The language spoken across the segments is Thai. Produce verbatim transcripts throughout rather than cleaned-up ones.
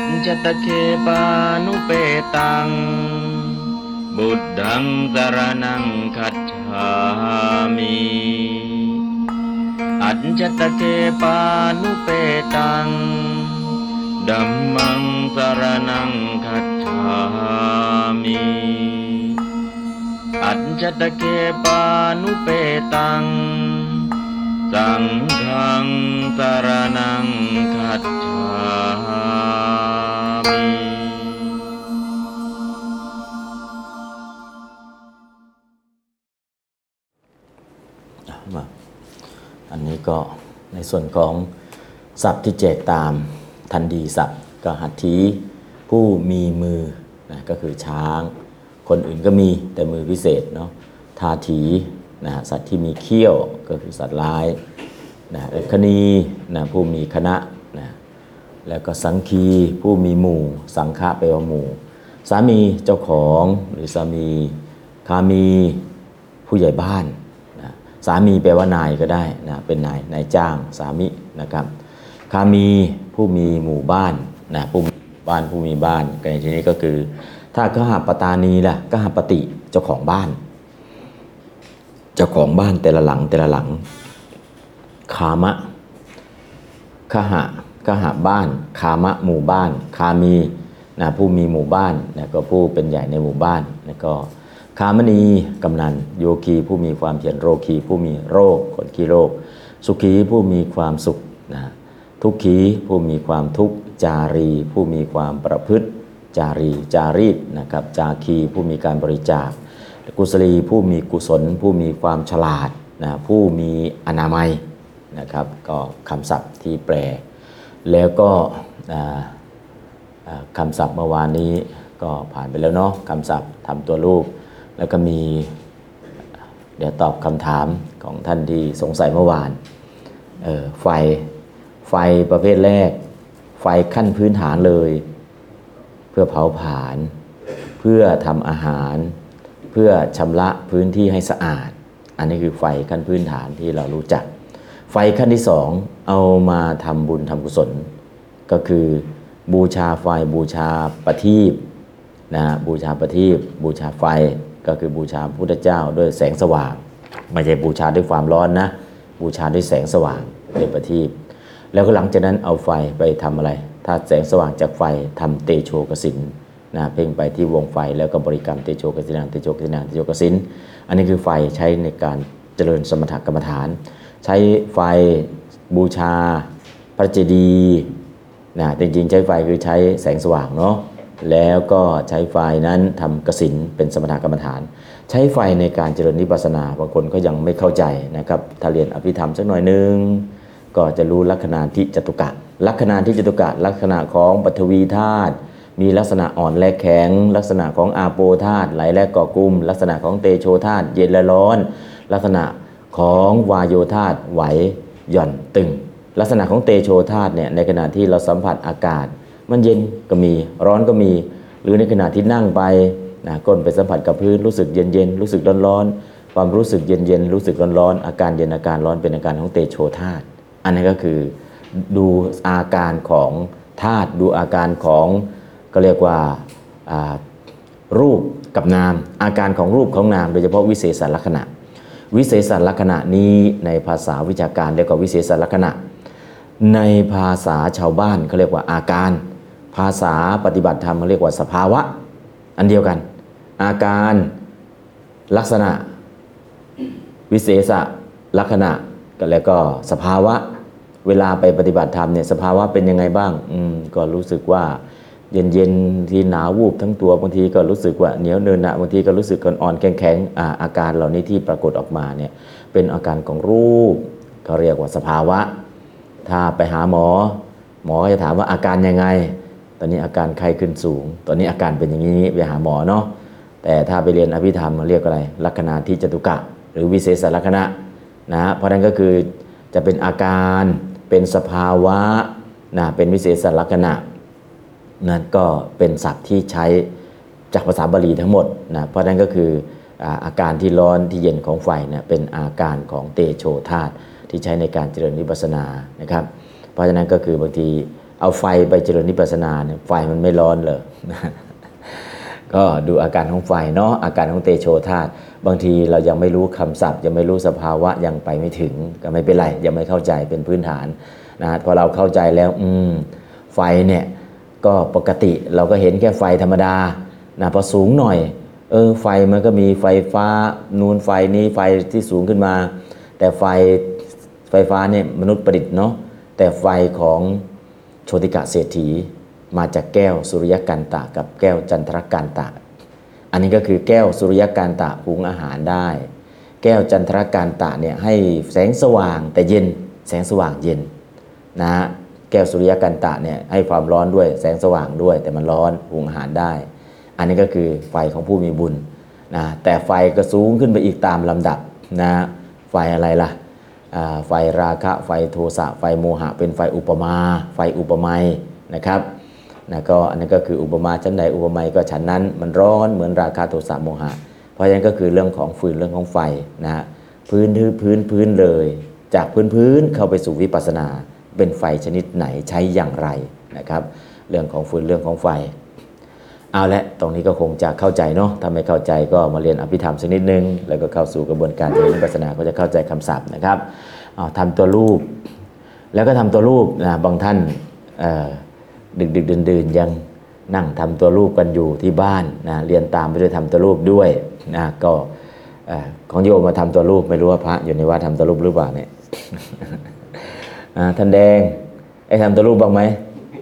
จตเคปานุเปตังบุตตังสรณังคัจฉามิอัจจตเคปานุเปตังธัมมังสรณังคัจฉามิอัจจตเคปานุเปตังสังฆังสรณังคัจฉามิมาอันนี้ก็ในส่วนของศัพท์ที่แจกตามทันดีศัพท์ก็หัตถีผู้มีมือนะก็คือช้างคนอื่นก็มีแต่มือพิเศษเนาะทาถีนะสัตว์ที่มีเขี้ยวก็คือสัตว์ร้ายนะเอคณีนะผู้มีคณะนะแล้วก็สังคีผู้มีหมู่สังฆะแปลว่าหมู่สามีเจ้าของหรือสามีคามีผู้ใหญ่บ้านนะสามีแปลว่านายก็ได้นะเป็นนายนายจ้างสามินะครับคามีผู้มีหมู่บ้านนะผู้บ้านผู้มีบ้านในที่นี้ก็คือถ้าก็หาปตานีล่ะก็หาปฏิเจ้าของบ้านเจ้าของบ้านแต่ละหลังแต่ละหลังคามะคหะคหะบ้านคามะหมู่บ้านคามีนะผู้มีหมู่บ้านนะก็ผู้เป็นใหญ่ในหมู่บ้านแล้วก็คามณีกำนันโยคีผู้มีความเพียรโรคีผู้มีโรคคนขี้โรคสุขีผู้มีความสุขนะทุกขีผู้มีความทุกข์จารีผู้มีความประพฤติจารีจารีตนะครับจาคีผู้มีการบริจาคกุศลีผู้มีกุศลผู้มีความฉลาดนะผู้มีอนามัยนะครับก็คำศัพท์ที่แปลแล้วก็คำศัพท์เมื่อวานนี้ก็ผ่านไปแล้วเนาะคำศัพท์ทำตัวรูปแล้วก็มีเดี๋ยวตอบคำถามของท่านที่สงสัยเมื่อวานเออไฟไฟประเภทแรกไฟขั้นพื้นฐานเลยเพื่อเผาผลาญเพื่อทำอาหารเพื่อชำระพื้นที่ให้สะอาดอันนี้คือไฟขั้นพื้นฐานที่เรารู้จักไฟขั้นที่สองเอามาทำบุญทำกุศลก็คือบูชาไฟบูชาประทีปนะบูชาประทีปบูชาไฟก็คือบูชาพระพุทธเจ้าด้วยแสงสว่างไม่ใช่บูชาด้วยความร้อนนะบูชาด้วยแสงสว่างด้วยประทีปแล้วก็หลังจากนั้นเอาไฟไปทำอะไรถ้าแสงสว่างจากไฟทำเตโชกสินนะเพ่งไปที่วงไฟแล้วก็บริกรรมเตโชกสินังเตโชกสินังเตโชกสินอันนี้คือไฟใช้ในการเจริญสมถกรรมฐานใช้ไฟบูชาพระเจดีย์นะจริงๆใช้ไฟคือใช้แสงสว่างเนาะแล้วก็ใช้ไฟนั้นทำกสิณเป็นสมถกรรมฐานใช้ไฟในการเจริญวิปัสสนาบางคนก็ยังไม่เข้าใจนะครับถ้าเรียนอภิธรรมสักหน่อยนึงก็จะรู้ลักขณาธิจตุกะลักขณาธิจตุกะลักษณะของปฐวีธาตุมีลักษณะอ่อนและแข็งลักษณะของอาโปธาตุไหลและเกาะกลุ่มลักษณะของเตโชธาตุเย็นและร้อนลักษณะของวายโยธาตุไหวหย่อนตึงลักษณะของเตโชธาตุเนี่ยในขณะที่เราสัมผัสอากาศมันเย็นก็มีร้อนก็มีหรือในขณะที่นั่งไปนะก้นไปสัมผัสกับพื้นรู้สึกเย็นเย็นรู้สึกร้อนร้อนความรู้สึกเย็นเย็นรู้สึกร้อนร้อนอาการเย็นอาการร้อนเป็นอาการของเตโชธาตุอันนี้ก็คือดูอาการของธาตุดูอาการของก็เรียกว่ารูปกับนามอาการของรูปของนามโดยเฉพาะวิเศษลักษณะวิเศษลักษณะนี้ในภาษาวิชาการเรียกว่าวิเศษลักษณะในภาษาชาวบ้านเขาเรียกว่าอาการภาษาปฏิบัติธรรมเขาเรียกว่าสภาวะอันเดียวกันอาการลักษณะวิเศษลักษณะก็แล้วก็สภาวะเวลาไปปฏิบัติธรรมเนี่ยสภาวะเป็นยังไงบ้างอืมก็รู้สึกว่าเย็นเย็นที่หนาววูบทั้งตัวบางทีก็รู้สึกว่าเหนียวเนินนะบางทีก็รู้สึกอ่อนๆแข็งแข็งอ่าอาการเหล่านี้ที่ปรากฏออกมาเนี่ยเป็นอาการของรูปเขาเรียกว่าสภาวะถ้าไปหาหมอหมอจะถามว่าอาการยังไงตอนนี้อาการไข้ขึ้นสูงตอนนี้อาการเป็นอย่างนี้ไปหาหมอเนาะแต่ถ้าไปเรียนอภิธรรมเรียกอะไรลักขณาธิจตุกะหรือวิเศษลักษณะนะเพราะนั้นก็คือจะเป็นอาการเป็นสภาวะนะเป็นวิเศษลักษณะนั่นก็เป็นศัพท์ที่ใช้จากภาษาบาลีทั้งหมดนะเพราะนั้นก็คืออาการที่ร้อนที่เย็นของไฟเนี่ยเป็นอาการของเตโชธาตุที่ใช้ในการเจริญวิปัสสนานะครับเพราะฉะนั้นก็คือบางทีเอาไฟไปเจริญวิปัสสนาเนี่ยไฟมันไม่ร้อนเลย ก็ดูอาการของไฟเนาะอาการของเตโชธาตุบางทีเรายังไม่รู้คำศัพท์ยังไม่รู้สภาวะยังไปไม่ถึงก็ไม่เป็นไรยังไม่เข้าใจเป็นพื้นฐานนะพอเราเข้าใจแล้วอืมไฟเนี่ยก็ปกติเราก็เห็นแค่ไฟธรรมดานะพอสูงหน่อยเออไฟมันก็มีไฟฟ้านูนไฟนี้ไฟที่สูงขึ้นมาแต่ไฟไฟฟ้าเนี่ยมนุษย์ประดิษฐ์เนาะแต่ไฟของโชติกะเศรษฐีมาจากแก้วสุริยกันตะกับแก้วจันทรกันตะอันนี้ก็คือแก้วสุริยกันตะหุงอาหารได้แก้วจันทรกันตะเนี่ยให้แสงสว่างแต่เย็นแสงสว่างเย็นนะแก้วสุริยกันตะเนี่ยให้ความร้อนด้วยแสงสว่างด้วยแต่มันร้อนหุงอาหารได้อันนี้ก็คือไฟของผู้มีบุญนะแต่ไฟก็สูงขึ้นไปอีกตามลำดับนะไฟอะไรล่ะไฟราคะไฟโทสะไฟโมหะเป็นไฟอุปมาไฟอุปไมยนะครับนะก็อันนั้นก็คืออุปมาชั้นใดอุปไมยก็ชั้นนั้นมันร้อนเหมือนราคะโทสะโมหะเพราะฉะนั้นก็คือเรื่องของฟืนเรื่องของไฟนะพื้นพื้นพื้นเลยจากพื้นพื้นเข้าไปสู่วิปัสสนาเป็นไฟชนิดไหนใช้อย่างไรนะครับเรื่องของฟืนเรื่องของไฟเอาละตรงนี้ก็คงจะเข้าใจเนาะถ้าไม่เข้าใจก็มาเรียนอภิธรรมสักนิดนึงแล้วก็เข้าสู่กระบวนการเจริญวิปัสสนาก็จะเข้าใจคำศัพท์นะครับเอาทำตัวรูปแล้วก็ทำตัวรูปนะบางท่านดึกดึกดื่นดื่นยังนั่งทำตัวรูปกันอยู่ที่บ้านนะเรียนตามไปด้วยทำตัวรูปด้วยนะก็ของโยมมาทำตัวรูปไม่รู้ว่าพระอยู่ในวัดทำตัวรูปหรือเปล่าเนี่ย ท่านแดงไอ้ทำตัวรูปบ้างไหม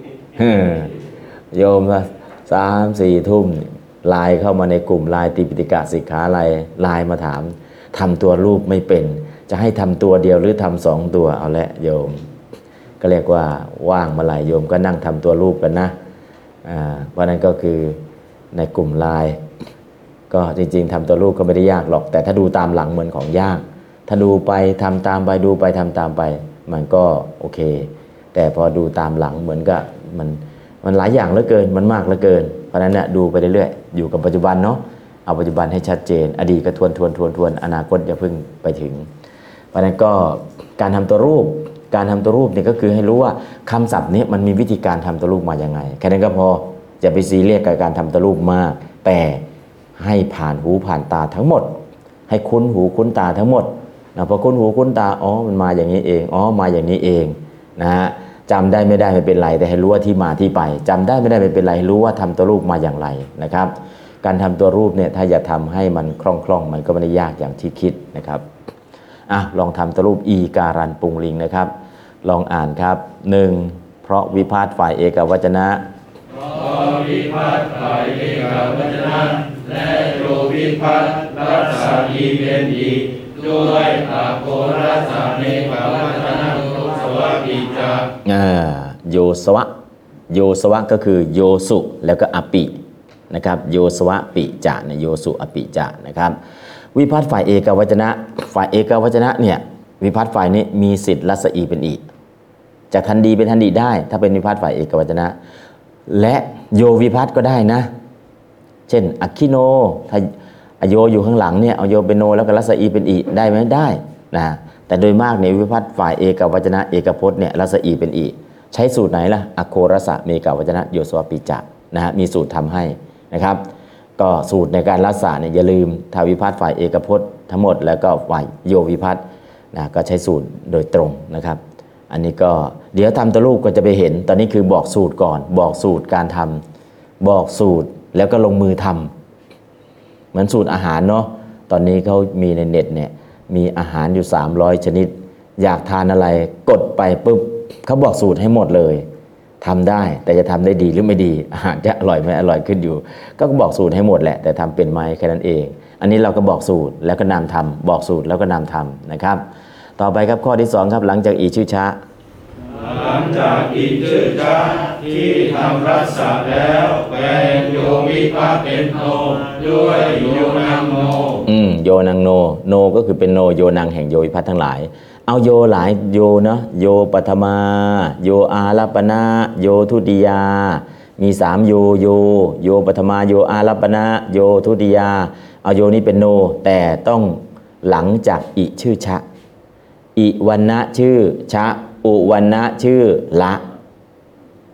โยมว่าสามสี่ทุ่มไลน์เข้ามาในกลุ่มไลน์ติปิติกะสิกขาไลน์ไลน์มาถามทำตัวรูปไม่เป็นจะให้ทำตัวเดียวหรือทำสองตัวเอาละโยมก็เรียกว่าว่างมาหลายโยมก็นั่งทำตัวรูปกันนะอ่าเพราะนั้นก็คือในกลุ่มไลน์ก็จริงๆทำตัวรูปก็ไม่ได้ยากหรอกแต่ถ้าดูตามหลังเหมือนของยากถ้าดูไปทำตามไปดูไปทำตามไปมันก็โอเคแต่พอดูตามหลังเหมือนกับมันมันหลายอย่างเหลือเกินมันมากเหลือเกินเพราะนั้นเนี่ยดูไปเรื่อยๆอยู่กับปัจจุบันเนาะเอาปัจจุบันให้ชัดเจนอดีตก็ทวนทวนทวนทวนอนาคตอย่าเพิ่งไปถึงเพราะนั้นก็การทำตัวรูปการทำตัวรูปเนี่ยก็คือให้รู้ว่าคำศัพท์นี้มันมีวิธีการทำตัวรูปมาอย่างไงแค่นั้นก็พออย่าไปซีเรียสกับการทำตัวรูปมากแต่ให้ผ่านหูผ่านตาทั้งหมดให้คุ้นหูคุ้นตาทั้งหมดนะพอคุ้นหูคุ้นตาอ๋อมันมาอย่างนี้เองอ๋อมาอย่างนี้เองนะฮะจำได้ไม่ได้ไม่เป็นไรแต่ให้รู้ว่าที่มาที่ไปจำได้ไม่ได้ไม่เป็นไรรู้ว่าทำตัวรูปมาอย่างไรนะครับการทำตัวรูปเนี่ยถ้าอย่าทำให้มันคล่องๆมันก็ไม่ได้ยากอย่างที่คิดนะครับอ่ะลองทำตัวรูปอีการันปุงลิงนะครับลองอ่านครับหนึ่งเพราะวิพาทฝ่ายเอกวจนะเพราะวิพาทฝ่ายเอกวจนะและโยวิพาทรัศมีเป็นอีกด้วยอาโกรัสเนกวัจนะโยสวะปิจาโยสวะโยสวะก็คือโยสุแล้วก็อปินะครับโยสวะปิจะเนี่ยโยสุอปิจะนะครับวิภัตฝ่ายเอกวจนะฝ่ายเอกวจนะเนี่ยวิภัตฝ่ายนี้มีสิทธิ์รัศอีเป็นอีจากทันดีเป็นทันดีได้ถ้าเป็นวิภัตฝ่ายเอกวจนะและโยวิภัตก็ได้นะเช่นอคิโนถ้าอโยอยู่ข้างหลังเนี่ยเอาโยเป็นโนแล้วก็รัศอีเป็นอีได้ไหมได้นะแต่โดยมากในวิภัตฝ่ายเอกวจนะเอกพจน์เนี่ยรัศอีเป็นอีใช้สูตรไหนล่ะอโครสะเมกวจนะโยสวปิจะนะฮะมีสูตรทำให้นะครับก็สูตรในการรัศะเนี่ยอย่าลืมทาวิภัตฝ่ายเอกพจน์ทั้งหมดแล้วก็ฝ่ายโยวิภัตนะก็ใช้สูตรโดยตรงนะครับอันนี้ก็เดี๋ยวทำตัวรูปก็จะไปเห็นตอนนี้คือบอกสูตรก่อนบอกสูตรการทำบอกสูตรแล้วก็ลงมือทำเหมือนสูตรอาหารเนาะตอนนี้เขามีในเน็ตเนี่ยมีอาหารอยู่สามร้อยชนิดอยากทานอะไรกดไปปุ๊บเขาบอกสูตรให้หมดเลยทำได้แต่จะทำได้ดีหรือไม่ดีอาหารจะอร่อยไม่อร่อยขึ้นอยู่ก็บอกสูตรให้หมดแหละแต่ทำเป็นไหมแค่นั้นเองอันนี้เราก็บอกสูตรแล้วก็นำทำบอกสูตรแล้วก็นำทำนะครับต่อไปครับข้อที่สองครับหลังจากอีชื่อชะหลังจากอีชื่อชะที่ทำรัศแล้วเป็นโยวิภัตเป็นโนด้วยโยนังโนอืมโยนังโนโนก็คือเป็นโนโยนังแห่งโยวิภัตทั้งหลายเอาโยหลายโยเนาะโยปัทมาโยอารัปนะโยทุติยามีสามโยโยโยปัทมาโยอารัปนะโยทุติยาเอาโยนี้เป็นโนแต่ต้องหลังจากอิชื่อชะอิวันนะชื่อชะอุวันนะชื่อละ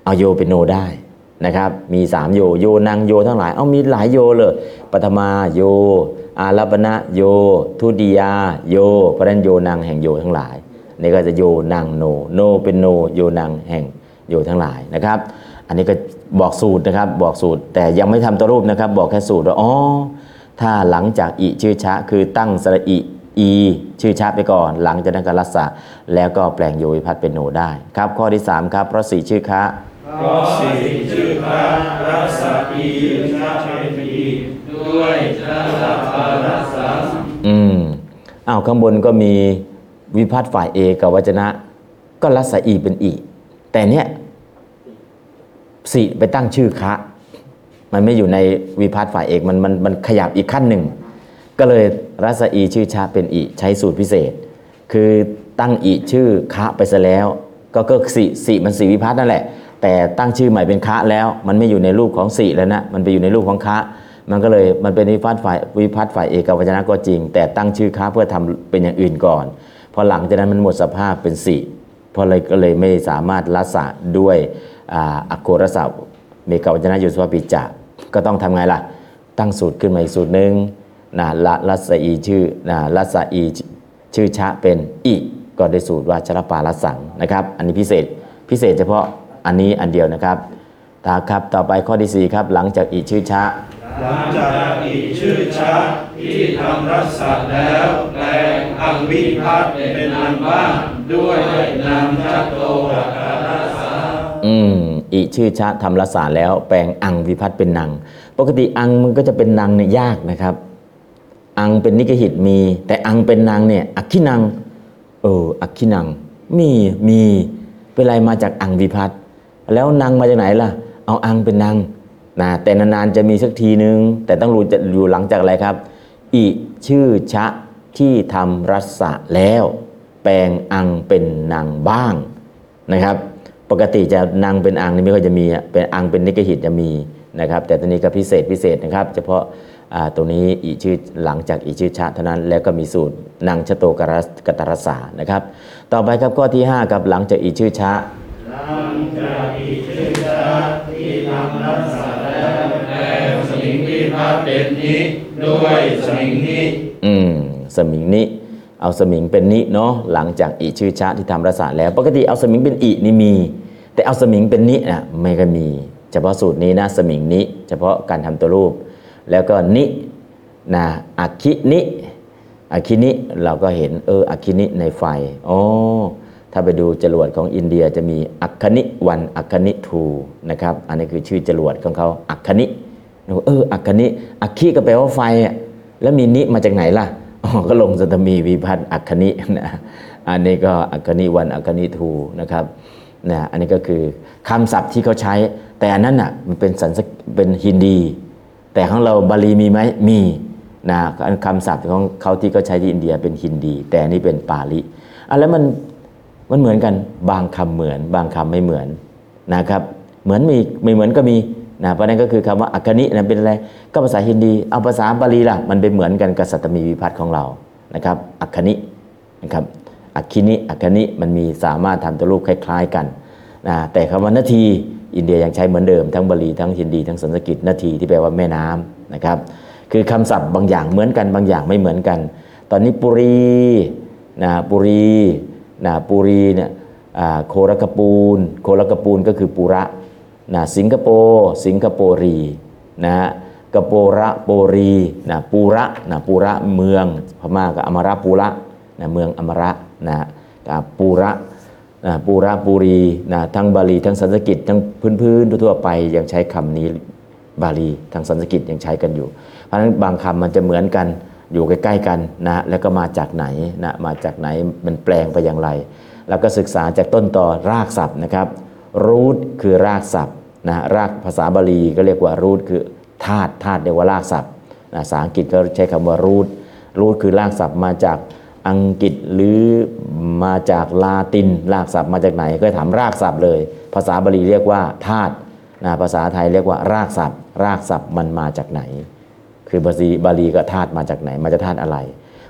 เอาโยเป็นโนได้นะครับมีสามโยโยนังโยทั้งหลายเอามีหลายโยเลยปฐมาโยอารัปณะโยทุติยาโยเพราะนั้นโยนังแห่งโยทั้งหลายนี่ก็จะโยนังโนโนเป็นโนโยนังแห่งโยทั้งหลายนะครับอันนี้ก็บอกสูตรนะครับบอกสูตรแต่ยังไม่ทำตัวรูปนะครับบอกแค่สูตรว่าอ๋อถ้าหลังจากอิชื่อชะคือตั้งสระอิอีชื่อชะไปก่อนหลังจากนั้นก็รัสสะแล้วก็แปลงโยวิภัตเป็นโนได้ครับข้อที่สามครับเพราะสี่ชื่อคะเพราะสี่ชื่อคะรัสสะอีชะเป็นอีด้วยชะละปารัสสะอืมอ้าวข้างบนก็มีวิภัตฝ่ายเอกวจนะก็รัสสะอีเป็นอีแต่เนี้ยสี่ไปตั้งชื่อคะมันไม่อยู่ในวิภัตฝ่ายเอกมันมันมันขยับอีกขั้นหนึ่งก็เลยรัสอีชื่อชะเป็นอิใช้สูตรพิเศษคือตั้งอิชื่อคะไปซะแล้วก็ก็สี่สี่มันสี่วิภัตนั่นแหละแต่ตั้งชื่อใหม่เป็นคะแล้วมันไม่อยู่ในรูปของสี่แล้วนะมันไปอยู่ในรูปของคะมันก็เลยมันเป็นวิภัตฝ่ายวิภัตฝ่ายเอกวจนะก็จริงแต่ตั้งชื่อคะเพื่อทำเป็นอย่างอื่นก่อนพอหลังจากนั้นมันหมดสภาพเป็นสี่เพราะเลยก็เลยไม่สามารถรัสสะด้วยอโครสะเมกวจนะโยสวปิจจะก็ต้องทำไงล่ะตั้งสูตรขึ้นมาอีกสูตรหนึ่งนะละรัสอีชื่อนะรัสอีชื่อชะเป็นอิก็ได้สูตรว่าชลปารัสสังนะครับอันนี้พิเศษพิเศษเฉพาะอันนี้อันเดียวนะครับตาครับต่อไปข้อที่สี่ครับหลังจากอิชื่อชะหลังจากอิชื่อชะที่ทำรัสสะแล้วแปลงอังวิภัตเป็นอันบ้างด้วยนามชัตโตปการัสสะอืมอิชื่อชะทำรัสสะแล้วแปลงอังวิภัตเป็นนังปกติอังมันก็จะเป็นนังเนี่ยยากนะครับอังเป็นนิกหิตมีแต่อังเป็นนางเนี่ยอักขินังเอออักขินังมีมีเป็นไรมาจากอังวิภัตแล้วนางมาจากไหนล่ะเอาอังเป็นนางนะแต่นานๆจะมีสักทีนึงแต่ต้องรู้จะอยู่หลังจากอะไรครับอิชื่อชะที่ทำรัสสะแล้วแปลงอังเป็นนางบ้างนะครับปกติจะนางเป็นอังนี่ไม่ค่อยจะมีเป็นอังเป็นนิกหิตจะมีนะครับแต่ตอนนี้ก็พิเศษพิเศษนะครับเฉพาะตรงนี้อิชื่อหลังจากอิชื่อชะเท่านั้นแล้วก็มีสูตรนางชโตกรัสกตรัสสานะครับต่อไปครับข้อที่ห้าครับหลังจากอิชื่อชะหลังจากอิชื่อชะที่ทำรัสสะแล้วแปลงสมิงวิภัตเป็นนิด้วยสมิงนิอืมสมิงนิเอาสมิงเป็นนิเนาะหลังจากอิชื่อชะที่ทำรัสสะแล้วปกติเอาสมิงเป็นอินี่มีแต่เอาสมิงเป็นนิน่ะไม่ก็มีเฉพาะสูตรนี้นะสมิงนิเฉพาะการทำตัวรูปแล้วก็นินะอัคคินิอัคคินิเราก็เห็นเอออัคคินิในไฟอ๋อถ้าไปดูจรวดของอินเดียจะมีอัคคณิวันอัคคณิทูนะครับอันนี้คือชื่อจรวดของเขาอัคคณิเอออัคคณิอัคคิก็แปลว่าไฟแล้วมีนิมาจากไหนล่ะอ๋อก็ลงสัตมีวิภัตอัคคณินะอันนี้ก็อัคคณิวันอัคคณิทูนะครับนะอันนี้ก็คือคำศัพท์ที่เขาใช้แต่อันนั้นอ่ะมันเป็นสันสกฤตเป็นฮินดีแต่ของเราบาลีมีไหมมีนะคำศัพท์ของเขาที่เขาใช้ที่อินเดียเป็นฮินดีแต่นี่เป็นปาลีอ่ะแล้วมันมันเหมือนกันบางคำเหมือนบางคำไม่เหมือนนะครับเหมือนมีไม่เหมือนก็มีนะเพราะนั้นก็คือคำว่าอัคคณินะเป็นอะไรก็ภาษาฮินดีเอาภาษาบาลีล่ะมันเป็นเหมือนกันกับสัตตมีวิภัตของเรานะครับอัคคณินะครับอัคคินิอัคคณิมันมีสามารถทำตัวรูปคล้ายๆกันนะแต่คำว่านาทีอินเดียยังใช้เหมือนเดิมทั้งบาลีทั้งฮินดีทั้งสันสกฤตนาทีที่แปลว่าแม่น้ำนะครับคือคำศัพท์บางอย่างเหมือนกันบางอย่างไม่เหมือนกันตอนนี้ปุรีนะปุรีนะปุรีเนี่ยโครกปูนโครกปูนก็คือปุระนะสิงคโปร์สิงคโปรีนะฮะกโประโปรีนะปูระนะปูระเมืองพม่าก็อมระปูระนะเมืองอมระนะปูระนะปูระปุรีนะทั้งบาลีทั้งสันสกฤตทั้งพื้นๆทั่วไปยังใช้คำนี้บาลีทั้งสันสกฤตยังใช้กันอยู่เพราะฉะนั้นบางคำมันจะเหมือนกันอยู่ใกล้ๆกันนะแล้วก็มาจากไหนนะมาจากไหนมันแปลงไปอย่างไรแล้วก็ศึกษาจากต้นตอรากศัพท์นะครับรูทคือรากศัพท์นะรากภาษาบาลีก็เรียกว่ารูทคือธาตุธาตุเรียกว่ารากศัพท์นะภาษาอังกฤษก็ใช้คำว่ารูทรูทคือรากศัพท์มาจากอังกฤษหรือมาจากลาตินรากศัพท์มาจากไหนก็ถามรากศัพท์เลยภาษาบาลีเรียกว่าธาตุนะภาษาไทยเรียกว่ารากศัพท์รากศัพท์มันมาจากไหนคือบาลีบาลีก็ธาตุมาจากไหนมาจากธาตุอะไร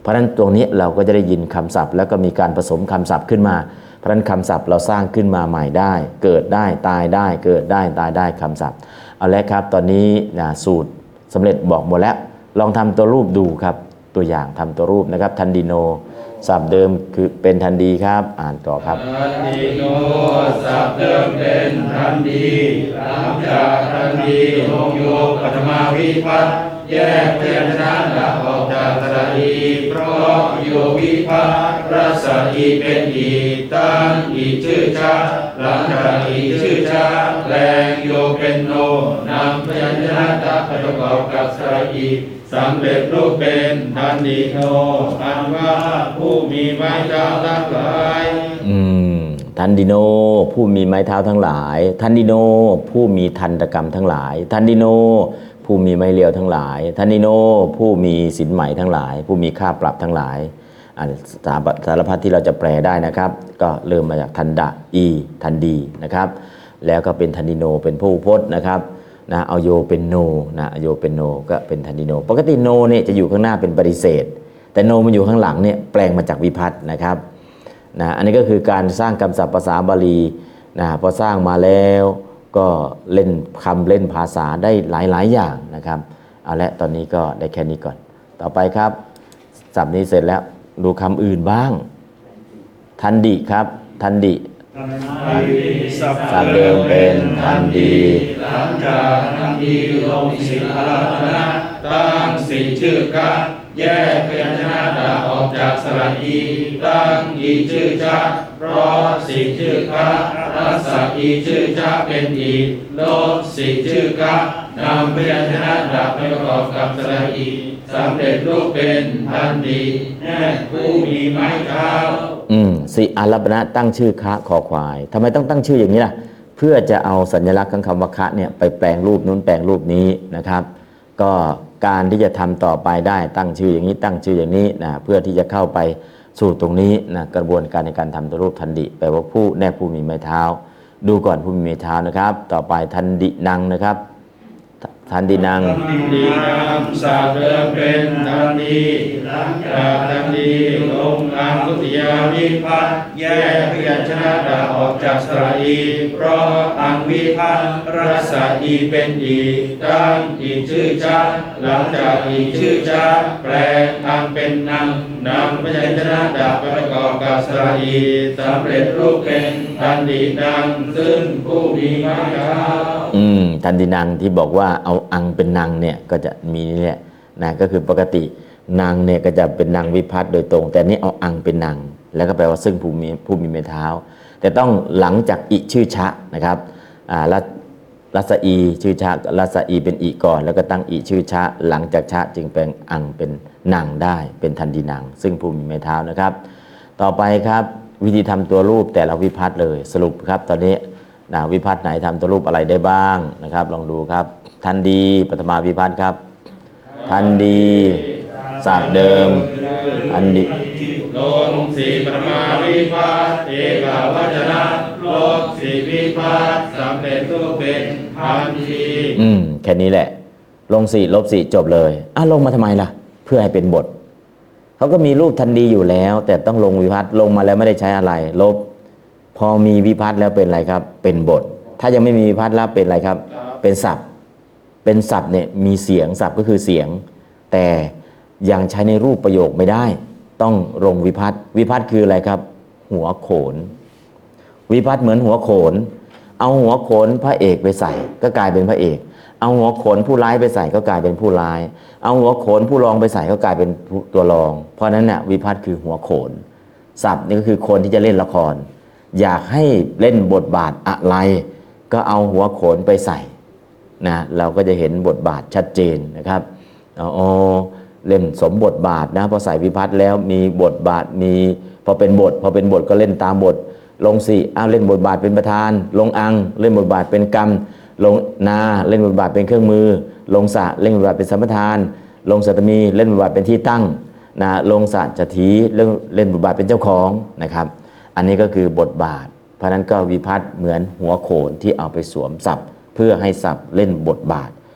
เพราะฉะนั้นตรงนี้เราก็จะได้ยินคำศัพท์แล้วก็มีการผสมคำศัพท์ขึ้นมาเพราะฉะนั้นคำศัพท์เราสร้างขึ้นมาใหม่ได้เกิดได้ตายได้เกิดได้ตายได้คำศัพท์เอาละครับตอนนี้นะสูตรสำเร็จบอกหมดแล้วลองทำตัวรูปดูครับตัวอย่างทำตัวรูปนะครับทันดีโนศัพท์เดิมคือเป็นทันดีครับอ่านต่อครับทันดีโนศัพท์เดิมเป็นทันดีหลังจากทันดีลงโยปัทมาวิภัตแยกพยัญชนะดับออกจากสระอีเพราะโยวิภัตรัสอีเป็นอีตั้งอีชื่อชาหลังจากอีชื่อชาแปลงโยเป็นโนนำพยัญชนะดับประกอบกับสระอีสำเร็จรูปเป็นทันดีโนอันว่าผู้มีไม้เท้าทั้งหลายอืมทันดิโนผู้มีไม้เท้าทั้งหลายทันดิโนผู้มีทันตกรรมทั้งหลายทันดิโนผู้มีไม้เรียวทั้งหลายทันดิโนผู้มีสินไหมทั้งหลาย ผู้มีค่าปรับทั้งหลายอ่านสารพัดที่เราจะแปลได้นะครับก็เริ่มมาจากทันดะอีทันดีนะครับแล้วก็เป็นทันดิโนเป็นผู้พจน์นะครับนะเอาโยเป็นโนนะโยเป็นโนก็เป็นทันดิโนปกติโนเนี่ยจะอยู่ข้างหน้าเป็นปฏิเสธแต่โนมันอยู่ข้างหลังเนี่ยแปลงมาจากวิภัตนะครับนะอันนี้ก็คือการสร้างคำศัพท์ภาษาบาลีนะพอสร้างมาแล้วก็เล่นคำเล่นภาษาได้หลายๆอย่างนะครับเอาละตอนนี้ก็ได้แค่นี้ก่อนต่อไปครับศัพท์นี้เสร็จแล้วดูคำอื่นบ้างทันดิครับทันดิศัพท์เดิมเป็นทันดีหลังจากทันดีลงสิอารัตนะตั้งสิชื่อกะแยกพยัญชนะดาออกจากสระอีตั้งอีชื่อชะเพราะสิชื่อกะรัสอีชื่อชะเป็นอีลบสิชื่อกะนำพยัญชนะดาประกอบกับสระอีสำเร็จรูปเป็นทันดีแน่ผู้มีไม้เท้าอืมสิอารัปณะตั้งชื่อคะคอควายทำไมต้องตั้งชื่ออย่างนี้ล่ะเพื่อจะเอาสัญลักษณ์ของคำว่าคะเนี่ยไปแปลงรูปนู้นแปลงรูปนี้นะครับก็การที่จะทำต่อไปได้ตั้งชื่ออย่างนี้ตั้งชื่ออย่างนี้นะเพื่อที่จะเข้าไปสู่ตรงนี้นะกระบวนการในการทำตัวรูปทันดิแปลว่าผู้แน่ผู้มีไม้เท้าดูก่อนผู้มีไม้เท้านะครับต่อไปทันดินังนะครับทันดินังทันดีนังศัพท์เดิมเป็นทันดีหลังจากทันดีลงอังคุติยาวิภัตแยกพยัญชนะดาออกจากสระอีเพราะอังวิภัตรัสอีเป็นอีตั้งอีชื่อชาหลังจากอีชื่อชาแปลงอังเป็นนังนำพยัญชนะดาประกอบกับสระอีสำเร็จรูปเป็นทันดีนังซึ่งผู้มีไม้เท้าอืมทันดินังที่บอกว่าเอาอังเป็นนางเนี่ยก็จะมีนี่แหละนะก็คือปกตินางเนี่ยก็จะเป็นนางวิภัตโดยตรงแต่นี่เอาอังเป็นนางแล้วก็แปลว่าซึ่งผู้มีผู้มีไม้เท้าแต่ต้องหลังจากอิชื่อชะนะครับอ่ารัรัสอีชื่อชะรัสอีเป็นอิก่อนแล้วก็ตั้งอิชื่อชะหลังจากชะจึงแปลงอังเป็นนางได้เป็นทันดินังซึ่งผู้มีไม้เท้านะครับต่อไปครับวิธีทำตัวรูปแต่ละวิภัตเลยสรุปครับตอนนี้นะวิภัตไหนทำตัวรูปอะไรได้บ้างนะครับลองดูครับทันดีปฐมาวิภัตครับทันดีศัพท์เดิมทันดีลงสีปฐมาวิภัตเอกวจนะลบสีวิภัตสำเร็จรูปเป็นทันดีอืมแค่นี้แหละลงสี่ลบสี่จบเลยอ่ะลงมาทำไมล่ะเพื่อให้เป็นบทเขาก็มีรูปทันดีอยู่แล้วแต่ต้องลงวิภัตลงมาแล้วไม่ได้ใช้อะไรลบพอมีวิภัตแล้วเป็นอะไรครับเป็นบทถ้ายังไม่มีวิภัตแล้วเป็นอะไรครับเป็นศัพท์เป็นศัพท์เนี่ยมีเสียงศัพท์ก็คือเสียงแต่ยังใช้ในรูปประโยคไม่ได้ต้องลงวิภัตวิภัตคืออะไรครับหัวโขนวิภัตเหมือนหัวโขนเอาหัวโขนพระเอกไปใส่ก็กลายเป็นพระเอกเอาหัวโขนผู้ร้ายไปใส่ก็กลายเป็นผู้ร้ายเอาหัวโขนผู้รองไปใส่ก็กลายเป็นตัวรองเพราะนั้นเนี่ยวิภัตคือหัวโขนศัพท์นี่ก็คือคนที่จะเล่นละครอยากให้เล่นบทบาทอะไรก็เอาหัวโขนไปใส่นะเราก็จะเห็นบทบาทชัดเจนนะครับอ๋อเล่นสมบทบาทนะพอใส่วิภัตแล้วมีบทบาทมีพอเป็นบทพอเป็นบทก็เล่นตามบทลงสี่อ้าวเล่นบทบาทเป็นประธานลงอังเล่นบทบาทเป็นกรรมลงนาเล่นบทบาทเป็นเครื่องมือลงสะเล่นบทบาทเป็นสัมปทานลงสัตมีเล่นบทบาทเป็นที่ตั้งนะลงสัจจถีเล่นเล่นบทบาทเป็นเจ้าของนะครับอันนี้ก็คือบทบาทเพราะนั้นก็วิภัตเหมือนหัวโขนที่เอาไปสวมศัพท์เพื่อให้ศัพท์เล่นบทบาท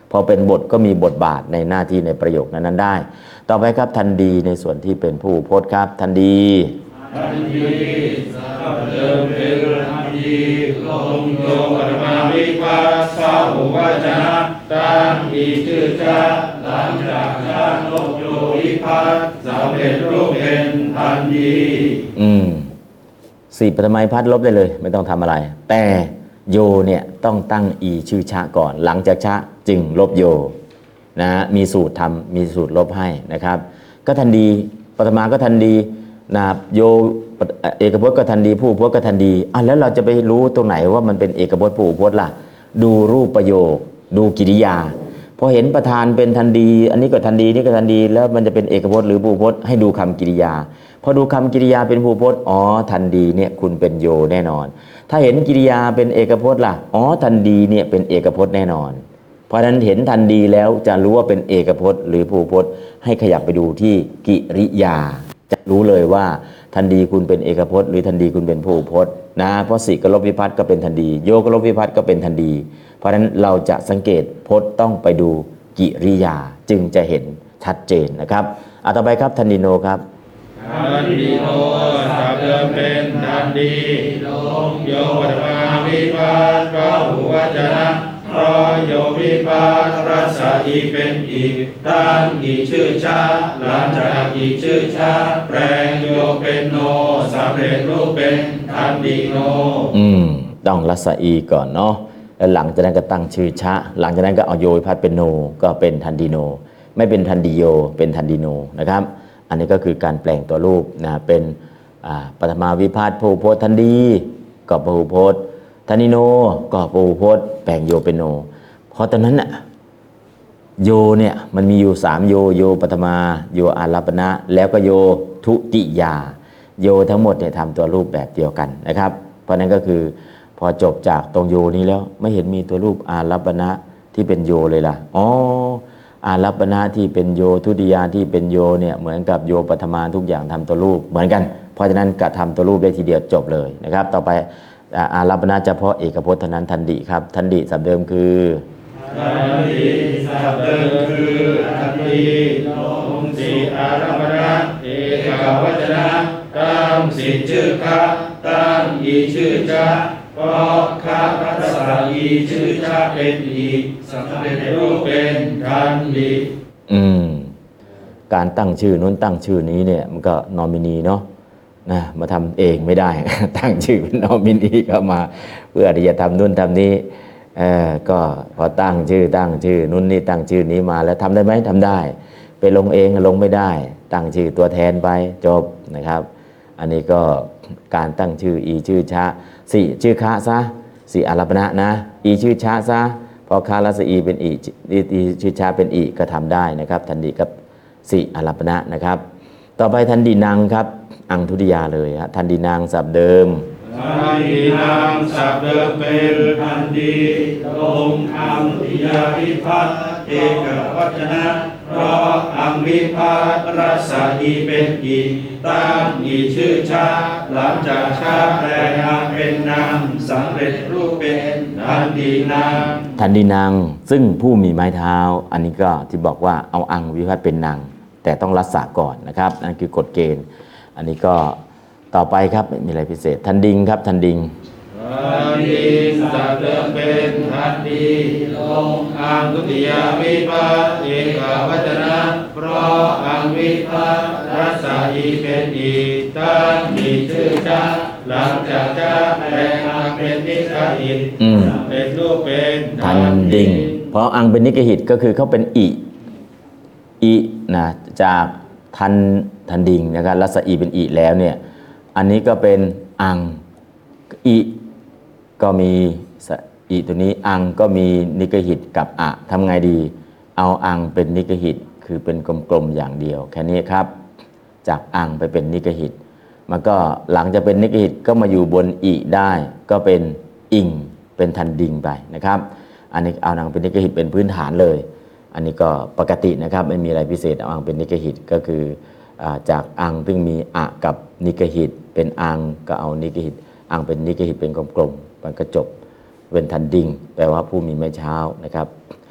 พอเป็นบทก็มีบทบาทในหน้าที่ในประโยคนั้นๆได้ต่อไปครับทันดีในส่วนที่เป็นผู้พจน์ครับทันดีทันดีสัพเดิมเป็นทันดีลงโยปรมาวิปัสสาหุวจนะตั้งอีชื่อจะหลังจากชาติโลกโยวิพัสสำเร็จรูปเป็นทันดีอืมสี่ปฐมัยพัดลบได้เลยไม่ต้องทำอะไรแต่โยเนี่ยต้องตั้งอีชื่อชะก่อนหลังจากชะจึงลบโยนะมีสูตรทำมีสูตรลบให้นะครับก็ทันดีปฐมาก็ทันดีนะโยเอกพจน์ก็ทันดีผู้พจน์ก็ทันดีอ่ะแล้วเราจะไปรู้ตรงไหนว่ามันเป็นเอกพจน์ผู้พจน์ล่ะดูรูปประโยคดูกิริยาพอเห็นประธานเป็นทันดีอันนี้ก็ทันดีนี่ก็ทันดีแล้วมันจะเป็นเอกพจน์หรือผู้พจน์ให้ดูคำกิริยาพอดูคำกิริยาเป็นผู้พจน์อ๋อทันดีเนี่ยคุณเป็นโยแน่นอนถ้าเห็นกิริยาเป็นเอกพจน์ล่ะอ๋อทันดีเนี่ยเป็นเอกพจน์แน่นอนเพราะฉะนั้นเห็นทันดีแล้วจะรู้ว่าเป็นเอกพจน์หรือผู้พจน์ให้ขยับไปดูที่กิริยาจะรู้เลยว่าทันดีคุณเป็นเอกพจน์หรือทันดีคุณเป็นผู้พจน์นะเพราะสิกลบวิภัตก็เป็นทันดีโยกลบวิภัตก็เป็นทันดีเพราะฉะนั้นเราจะสังเกตพจน์ต้องไปดูกิริยาจึงจะเห็นชัดเจนนะครับอ่ะต่อไปครับทันดีโนครับทันดีโนสัพเดิมเป็นทันดีลงโยปรมาวิปัสสาหุวจนะเพราะโยวิปัสสรัสสะอีเป็นอีกตั้งอีชื่อชาหลังจากอีชื่อชาแปลงโยเป็นโนสำเร็จรูปเป็นทันดีโนอืมต้องรัสสะอีก่อนเนาะแล้วหลังจากนั้นก็ตั้งชื่อชะหลังจากนั้นก็เอาโยวิภัตเป็นโนก็เป็นทันดีโนไม่เป็นทันดีโยเป็นทันดีโนนะครับอันนี้ก็คือการแปลงตัวรูปนะเป็นปฐมาวิภัตผู้พจน์ทันดีก็ผู้พจน์ทันดีโนก็ผู้พจน์แปลงโยเป็นโนเพราะตอนนั้นน่ะโยเนี่ยมันมีอยู่สามโยโยปฐมาโยอารัปปนะแล้วก็โยทุติยาโยทั้งหมดเนี่ยทำตัวรูปแบบเดียวกันนะครับเพราะนั้นก็คือพอจบจากตรงโยนี้แล้วไม่เห็นมีตัวรูปอารัปปนะที่เป็นโยเลยล่ะอ๋ออารัปปนะที่เป็นโยทุติยาที่เป็นโยเนี่ยเหมือนกับโยปฐมาทุกอย่างทำตัวรูปเหมือนกันเพราะฉะนั้นกระทำตัวรูปได้ทีเดียวจบเลยนะครับต่อไปอารัปปนะเฉพาะเอกพจน์เท่านั้นทันดิครับทันดิศัพท์เดิมคือทันดีศัพท์เดิมคือทันดีลงสีอารัปปนะเอกวจนะตั้งสิชื่อคะตั้งอีชื่อจะเพราะคะรัสสะอีชื่อจะเป็นอีสำเร็จรูปเป็นทันดีอืมการตั้งชื่อนู้นตั้งชื่อนี้เนี่ยมันก็นอมินีเนาะนะมาทำเองไม่ได้ ตั้งชื่อเป็นนอมินีเข้ามาเพื่อที่จะทำนู่นทำนี้เออก็พอตั้งชื่อตั้งชื่อนู่นนี่ตั้งชื่อนี้มาแล้วทำได้ไหมทำได้ไปลงเองลงไม่ได้ตั้งชื่อตัวแทนไปจบนะครับอันนี้ก็การตั้งชื่ออีชื่อชะสี่ชื่อคะซะสี่อารัปปนะนะอีชื่อชะซะพอคะรัสอีเป็นอีอีชื่อชะเป็นอีก็ทำได้นะครับทันดีกับสี่อารัปปนะนะครับต่อไปทันดีนังครับอังทุติยาเลยฮะทันดีนังศัพท์เดิมทันดีนังศัพท์เดิมเป็นทันดีลงอังทุติยาวิภัตเอกวจนะเพราะอังวิภัตรัสสะอีเป็นอีตั้งอีชื่อชาหลังจากชาแปลงอังเป็นนามสำเร็จรูปเป็นทันดีนังทันดีนังซึ่งผู้มีไม้เท้าอันนี้ก็ที่บอกว่าเอาอังวิภัตเป็นนางแต่ต้องรักษาก่อนนะครับนั่นคือกฎเกณฑ์อันนี้ก็ต่อไปครับมีอะไรพิเศษทันดิงครับทันดิงทันดีศัพท์เดิมเป็นทันดีลงอังทุติยาวิภัตเอกวจนะเพราะอังวิภัตรัสสะอีเป็นอีตั้งอีชื่อชะหลังจากจะแปลงอังเป็นนิกหิตเป็นรูปเป็นทันดิงเพราะอังเป็นนิกหิตก็คือเขาเป็นอีอีนะจากทันทันดิงนะครับรัสอีเป็นอีแล้วเนี่ยอันนี้ก็เป็นอังอีก็มีอีตัวนี้อังก็มีนิกหิตกับอะทำไงดีเอาอังเป็นนิกหิตคือเป็นกลมๆอย่างเดียวแค่นี้ครับจากอังไปเป็นนิกหิตมันก็หลังจะเป็นนิกหิตก็มาอยู่บนอีได้ก็เป็นอิงเป็นทันดิงไปนะครับอันนี้เอาอังเป็นนิกหิตเป็นพื้นฐานเลยอันนี้ก็ปกตินะครับไม่มีอะไรพิเศษเอาอังเป็นนิกหิตก็คือจากอังซึ่งมีอะกับนิกหิตเป็นอังก็เอานิกหิตอังเป็นนิกหิตเป็นกลมๆมันก็จบเป็นทันดิงแปลว่าผู้มีไม้เท้านะครับ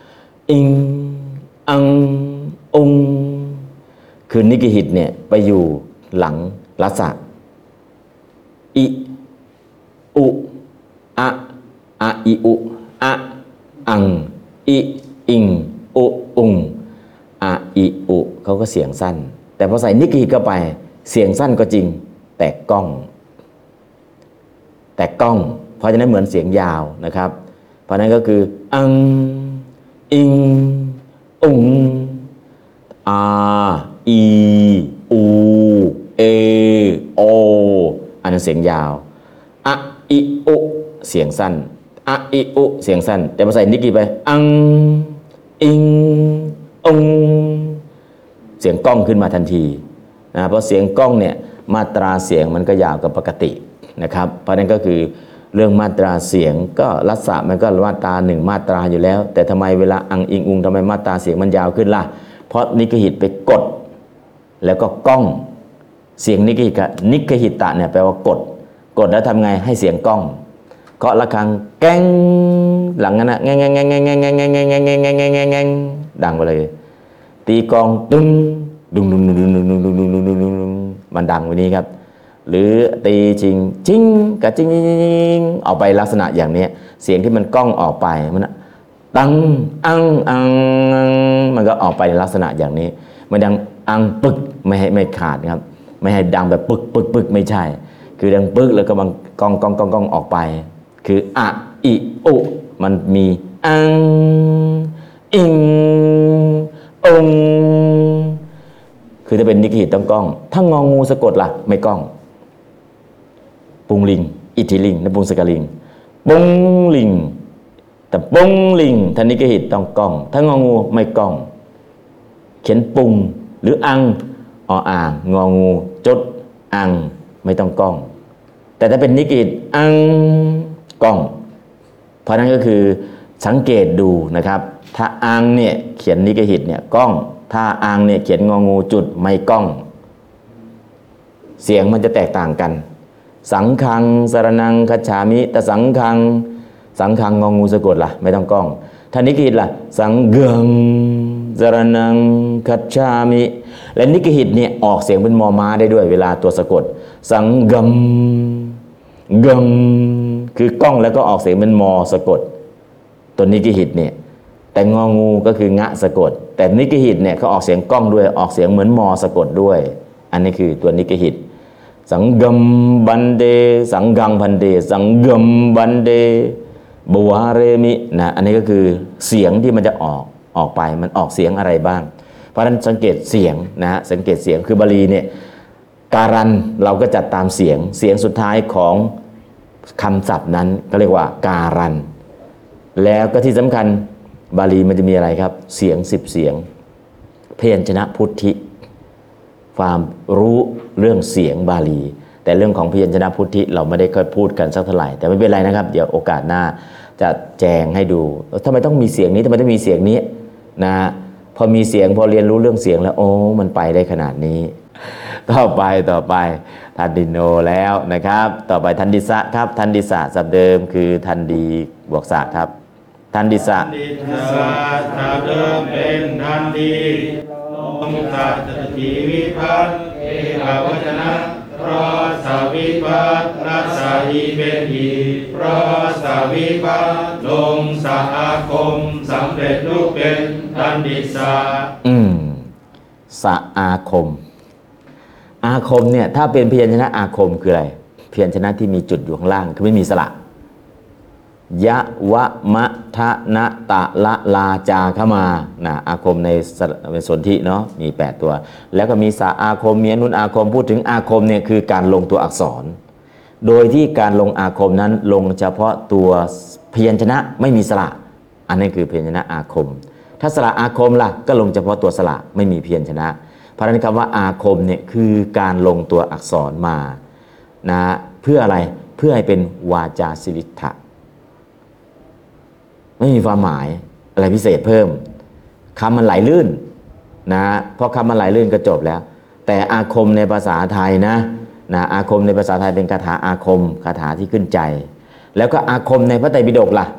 อิงอังองคือนิกหิตเนี่ยไปอยู่หลังรัสสะอิอุอะอะอิอุอะอังอิอิงอุอุงอะอิอุเขาก็เสียงสั้นแต่พอใส่นิกหิตเข้าไปเสียงสั้นก็จริงแต่ก้องแต่ก้องเพราะฉะนั้นเหมือนเสียงยาวนะครับเพราะนั้นก็คืออังอิงอุงอาอีอูเอโออันนั้นเสียงยาวอะอิอุเสียงสั้นอะอิอุเสียงสั้นแต่พอใส่นิกหิตไปอังอิงอุงเสียงก้องขึ้นมาทันทีนะเพราะเสียงก้องเนี่ยมาตราเสียงมันก็ยาวกว่าปกตินะครับเพราะนั้นก็คือเรื่องมาตราเสียงก็รัศมันก็มาตราหนึ่งมาตราอยู่แล้วแต่ทำไมเวลาอังอิงอุงทำไมมาตราเสียงมันยาวขึ้นล่ะเพราะนิกหิตไปกดแล้วก็ก้องเสียงนิกหิตนิกหิตะเนี่ยแปลว่ากดกดแล้วทำไงให้เสียงก้องเคาะระฆังแก้งหลังนั้นนะแงงแงงแงงแงงแงงแงงแงงแงงแงงแงงแงงแงงแงงแงงดังไปเลยตีกลองตึ้งดุงดุงดุงดุงดุงดุงดุงดุงดุงดุงดุงมันดังวันนี้ครับหรือตีจิงจิงกับจิงออกไปลักษณะอย่างนี้เสียงที่มันก้องออกไปมันตังอังอังมันก็ออกไปในลักษณะอย่างนี้มันดังอังปึกไม่ให้ไม่ขาดครับไม่ให้ดังแบบปึกปึกปึกไม่ใช่คือดังปึกแล้วก็มันกองกองกองกองออกไปคืออะอิอุมันมีอังอิงองคือถ้าเป็นนิกหิตต้องก้องถ้างองูสะกดล่ะไม่ก้องปุงลิงอิทธิลิงและปุงสกลิงปุงลิงแต่ปุงลิงท่านิกหิตต้องก้องถ้างองูไม่ก้องเขียนปุงหรืออังออ่างงองูจดอังไม่ต้องก้องแต่ถ้าเป็นนิกหิตอังก้องเพราะนั้นก็คือสังเกตดูนะครับถ้าอังเนี่ยเขียนนิกหิตเนี่ยก้องถ้าอังเนี่ยเขียนงองูจุดไม่ก้องเสียงมันจะแตกต่างกันสังคังสรนังคัจฉามิแต่สังคังสังคังงองูสะกดล่ะไม่ต้องก้องถ้านิกหิตล่ะสังเกังสรนังคัจฉามิและนิกหิตเนี่ยออกเสียงเป็นมอม้าได้ด้วยเวลาตัวสะกดสังกัมกัมคือก้องแล้วก็ออกเสียงเป็นมอสะกดตัวนิกหิตเนี่ยแต่งองูก็คืองะสะกดแต่นิกหิตเนี่ยเขาออกเสียงก้องด้วยออกเสียงเหมือนมอสะกดด้วยอันนี้คือตัวนิกหิตสังกัมบันเดสังกังพันเดสังกัมบันเดบวาเรมินะอันนี้ก็คือเสียงที่มันจะออกออกไปมันออกเสียงอะไรบ้างเพราะฉะนั้นสังเกตเสียงนะฮะสังเกตเสียงคือบาลีเนี่ยการันเราก็จัดตามเสียงเสียงสุดท้ายของคำศัพท์นั้นก็เรียกว่าการันแล้วก็ที่สำคัญบาลีมันจะมีอะไรครับเสียงสิบเสียงพยัญชนะพุทธิความรู้เรื่องเสียงบาลีแต่เรื่องของพยัญชนะพุทธิเราไม่ได้ค่อยพูดกันสักเท่าไหร่แต่ไม่เป็นไรนะครับเดี๋ยวโอกาสหน้าจะแจงให้ดูทำไมต้องมีเสียงนี้ทำไมต้องมีเสียงนี้นะพอมีเสียงพอเรียนรู้เรื่องเสียงแล้วโอ้มันไปได้ขนาดนี้ต่อไปต่อไปทันดิโนแล้วนะครับต่อไปทันดิสะครับทันดิสะศัพท์เดิมคือทันดีบวกสะครับทันดิสะทันดิสะศัพท์เดิมเป็นทันดีลงสัตถีวิภัตเอกวจนะเพราะสาวิภัตรัสสาอีเป็นอีเพราะสาวิภัตลงสาอาคมสำเร็จรูปเป็นทันดิสะอืมสะอาคมอาคมเนี่ยถ้าเป็นพยัญชนะอาคมคืออะไรพยัญชนะที่มีจุดอยู่ข้างล่างคือไม่มีสระยะวะมะทะนะตะละลาจาขมานะอาคมในสนธิเนาะมีแปดตัวแล้วก็มีสะอาคมมีอนุนอาคมพูดถึงอาคมเนี่ยคือการลงตัวอักษรโดยที่การลงอาคมนั้นลงเฉพาะตัวพยัญชนะไม่มีสระอันนี้คือพยัญชนะอาคมถ้าสระอาคมล่ะก็ลงเฉพาะตัวสระไม่มีพยัญชนะเพราะฉะนั้นคำว่าอาคมเนี่ยคือการลงตัวอักษรมานะเพื่ออะไรเพื่อให้เป็นวาจาสิริธะไม่มีความหมายอะไรพิเศษเพิ่มคำมันไหลลื่นนะเพราะคำมันไหลลื่นก็จบแล้วแต่อาคมในภาษาไทยนะนะอาคมในภาษาไทยเป็นคาถาอาคมคาถาที่ขึ้นใจแล้วก็อาคมในพระไตรปิฎกล่ะ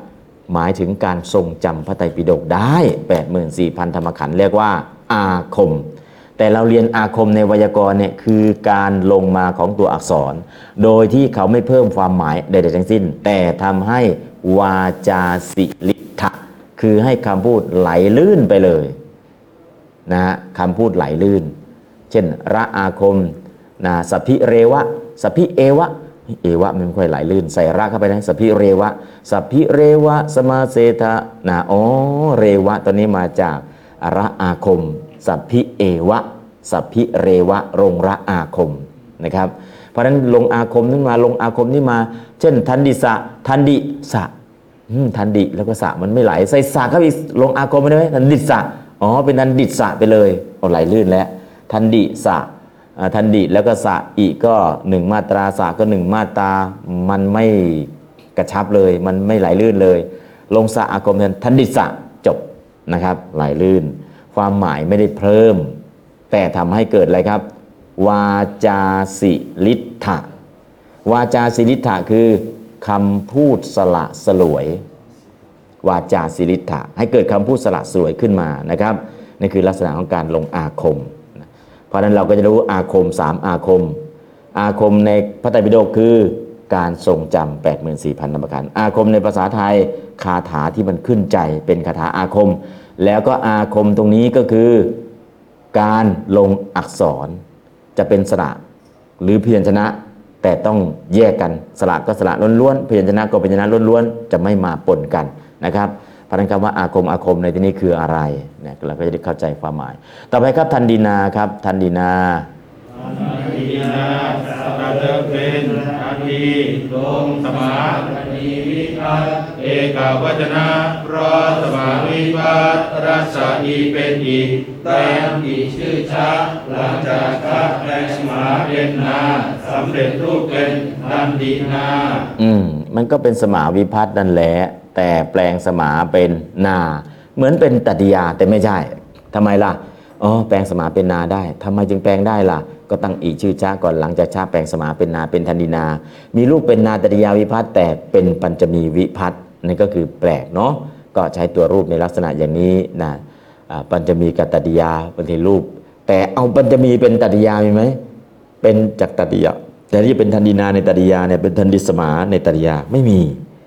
หมายถึงการทรงจำพระไตรปิฎกได้ แปดหมื่นสี่พัน ธรรมขันธ์เรียกว่าอาคมแต่เราเรียนอาคมในไวยากรณ์เนี่ยคือการลงมาของตัวอักษรโดยที่เขาไม่เพิ่มความหมายใดๆทั้งสิ้นแต่ทำให้วาจาสิลิทะคือให้คำพูดไหลลื่นไปเลยนะฮะคำพูดไหลลื่นเช่นระอาคมนะสัพพิเรวะสัพพิเอวะเอวะมันไม่ค่อยไหลลื่นใส่ระเข้าไปนะสัพพิเรวะสัพพิเรวะสมาเสทะนะอ๋อเรวะตอนนี้มาจากระอาคมสัพพิเอวะสัพพิเรวะลงระอาคมนะครับเพราะฉะนั้นลงอาคมนี่มาลงอาคมนี่มาเช่นทันดิสะทันดิสะทันดิแล้วก็สะมันไม่ไหลใส่สะเข้าไปลงอาคมไม่ได้ไหมทันดิสะอ๋อเป็นทันดิสะไปเลยเอาไหลลื่นแล้วทันดิสะทันดิแล้วก็สะอีกก็หนึ่งมาตราสะก็หนึ่งมาตรามันไม่กระชับเลยมันไม่ไหลลื่นเลยลงสะอาคมทันดิสะจบนะครับไหลลื่นความหมายไม่ได้เพิ่มแต่ทำให้เกิดอะไรครับวาจาสิลิทธะวาจาสิลิทธะคือคำพูดสละสลวยวาจาสิลิทธะให้เกิดคำพูดสละสลวยขึ้นมานะครับนี่คือลักษณะของการลงอาคมเพราะฉะนั้นเราก็จะรู้อาคมสามอาคมอาคมในพระไตรปิฎกคือการทรงจำ แปดหมื่นสี่พัน ธรรมขันธ์อาคมในภาษาไทยคาถาที่มันขึ้นใจเป็นคาถาอาคมแล้วก็อาคมตรงนี้ก็คือการลงอักษรจะเป็นสระหรือพยัญชนะแต่ต้องแยกกันสระก็สระล้วนๆพยัญชนะก็พยัญชนะล้วนๆจะไม่มาปนกันนะครับเพราะฉะนั้นคำว่าอาคมอาคมในที่นี้คืออะไรเนี่ยเราก็จะได้เข้าใจความหมายต่อไปครับทันดีนาครับทันดีนาทันดีนาสัพพะเป็นอาทิลงสมาทันดีวิภัตเอกวจนะเพราะสมาวิภัตรัสอีเป็นอีแต่อีชื่อชาหลังจากพระแปลงสมาเป็นนาสำเร็จรูปเป็นทันดีนาอืมมันก็เป็นสมาวิภัตนั่นแหละแต่แปลงสมาเป็นนาเหมือนเป็นตติยาแต่ไม่ใช่ทำไมล่ะอ๋อแปลงสมาเป็นนาได้ทำไมจึงแปลงได้ล่ะก็ตั้งอีกชื่อชาก่อนหลังจากชาแปลงสมาเป็นนาเป็นทันดีนามีลูกเป็นนาตติยาวิภัตแต่เป็นปัญจมีวิภัตนั่นก็คือแปลกเนาะก็ใช้ตัวรูปในลักษณะอย่างนี้นะปัญจมีกับตติยาเป็นทีรูปแต่เอาปัญจมีเป็นตติยามีไหมเป็นจากตติยาแต่ที่เป็นทันดีนาในตติยาเนี่ยเป็นทันดิสมาในตติยาไม่มี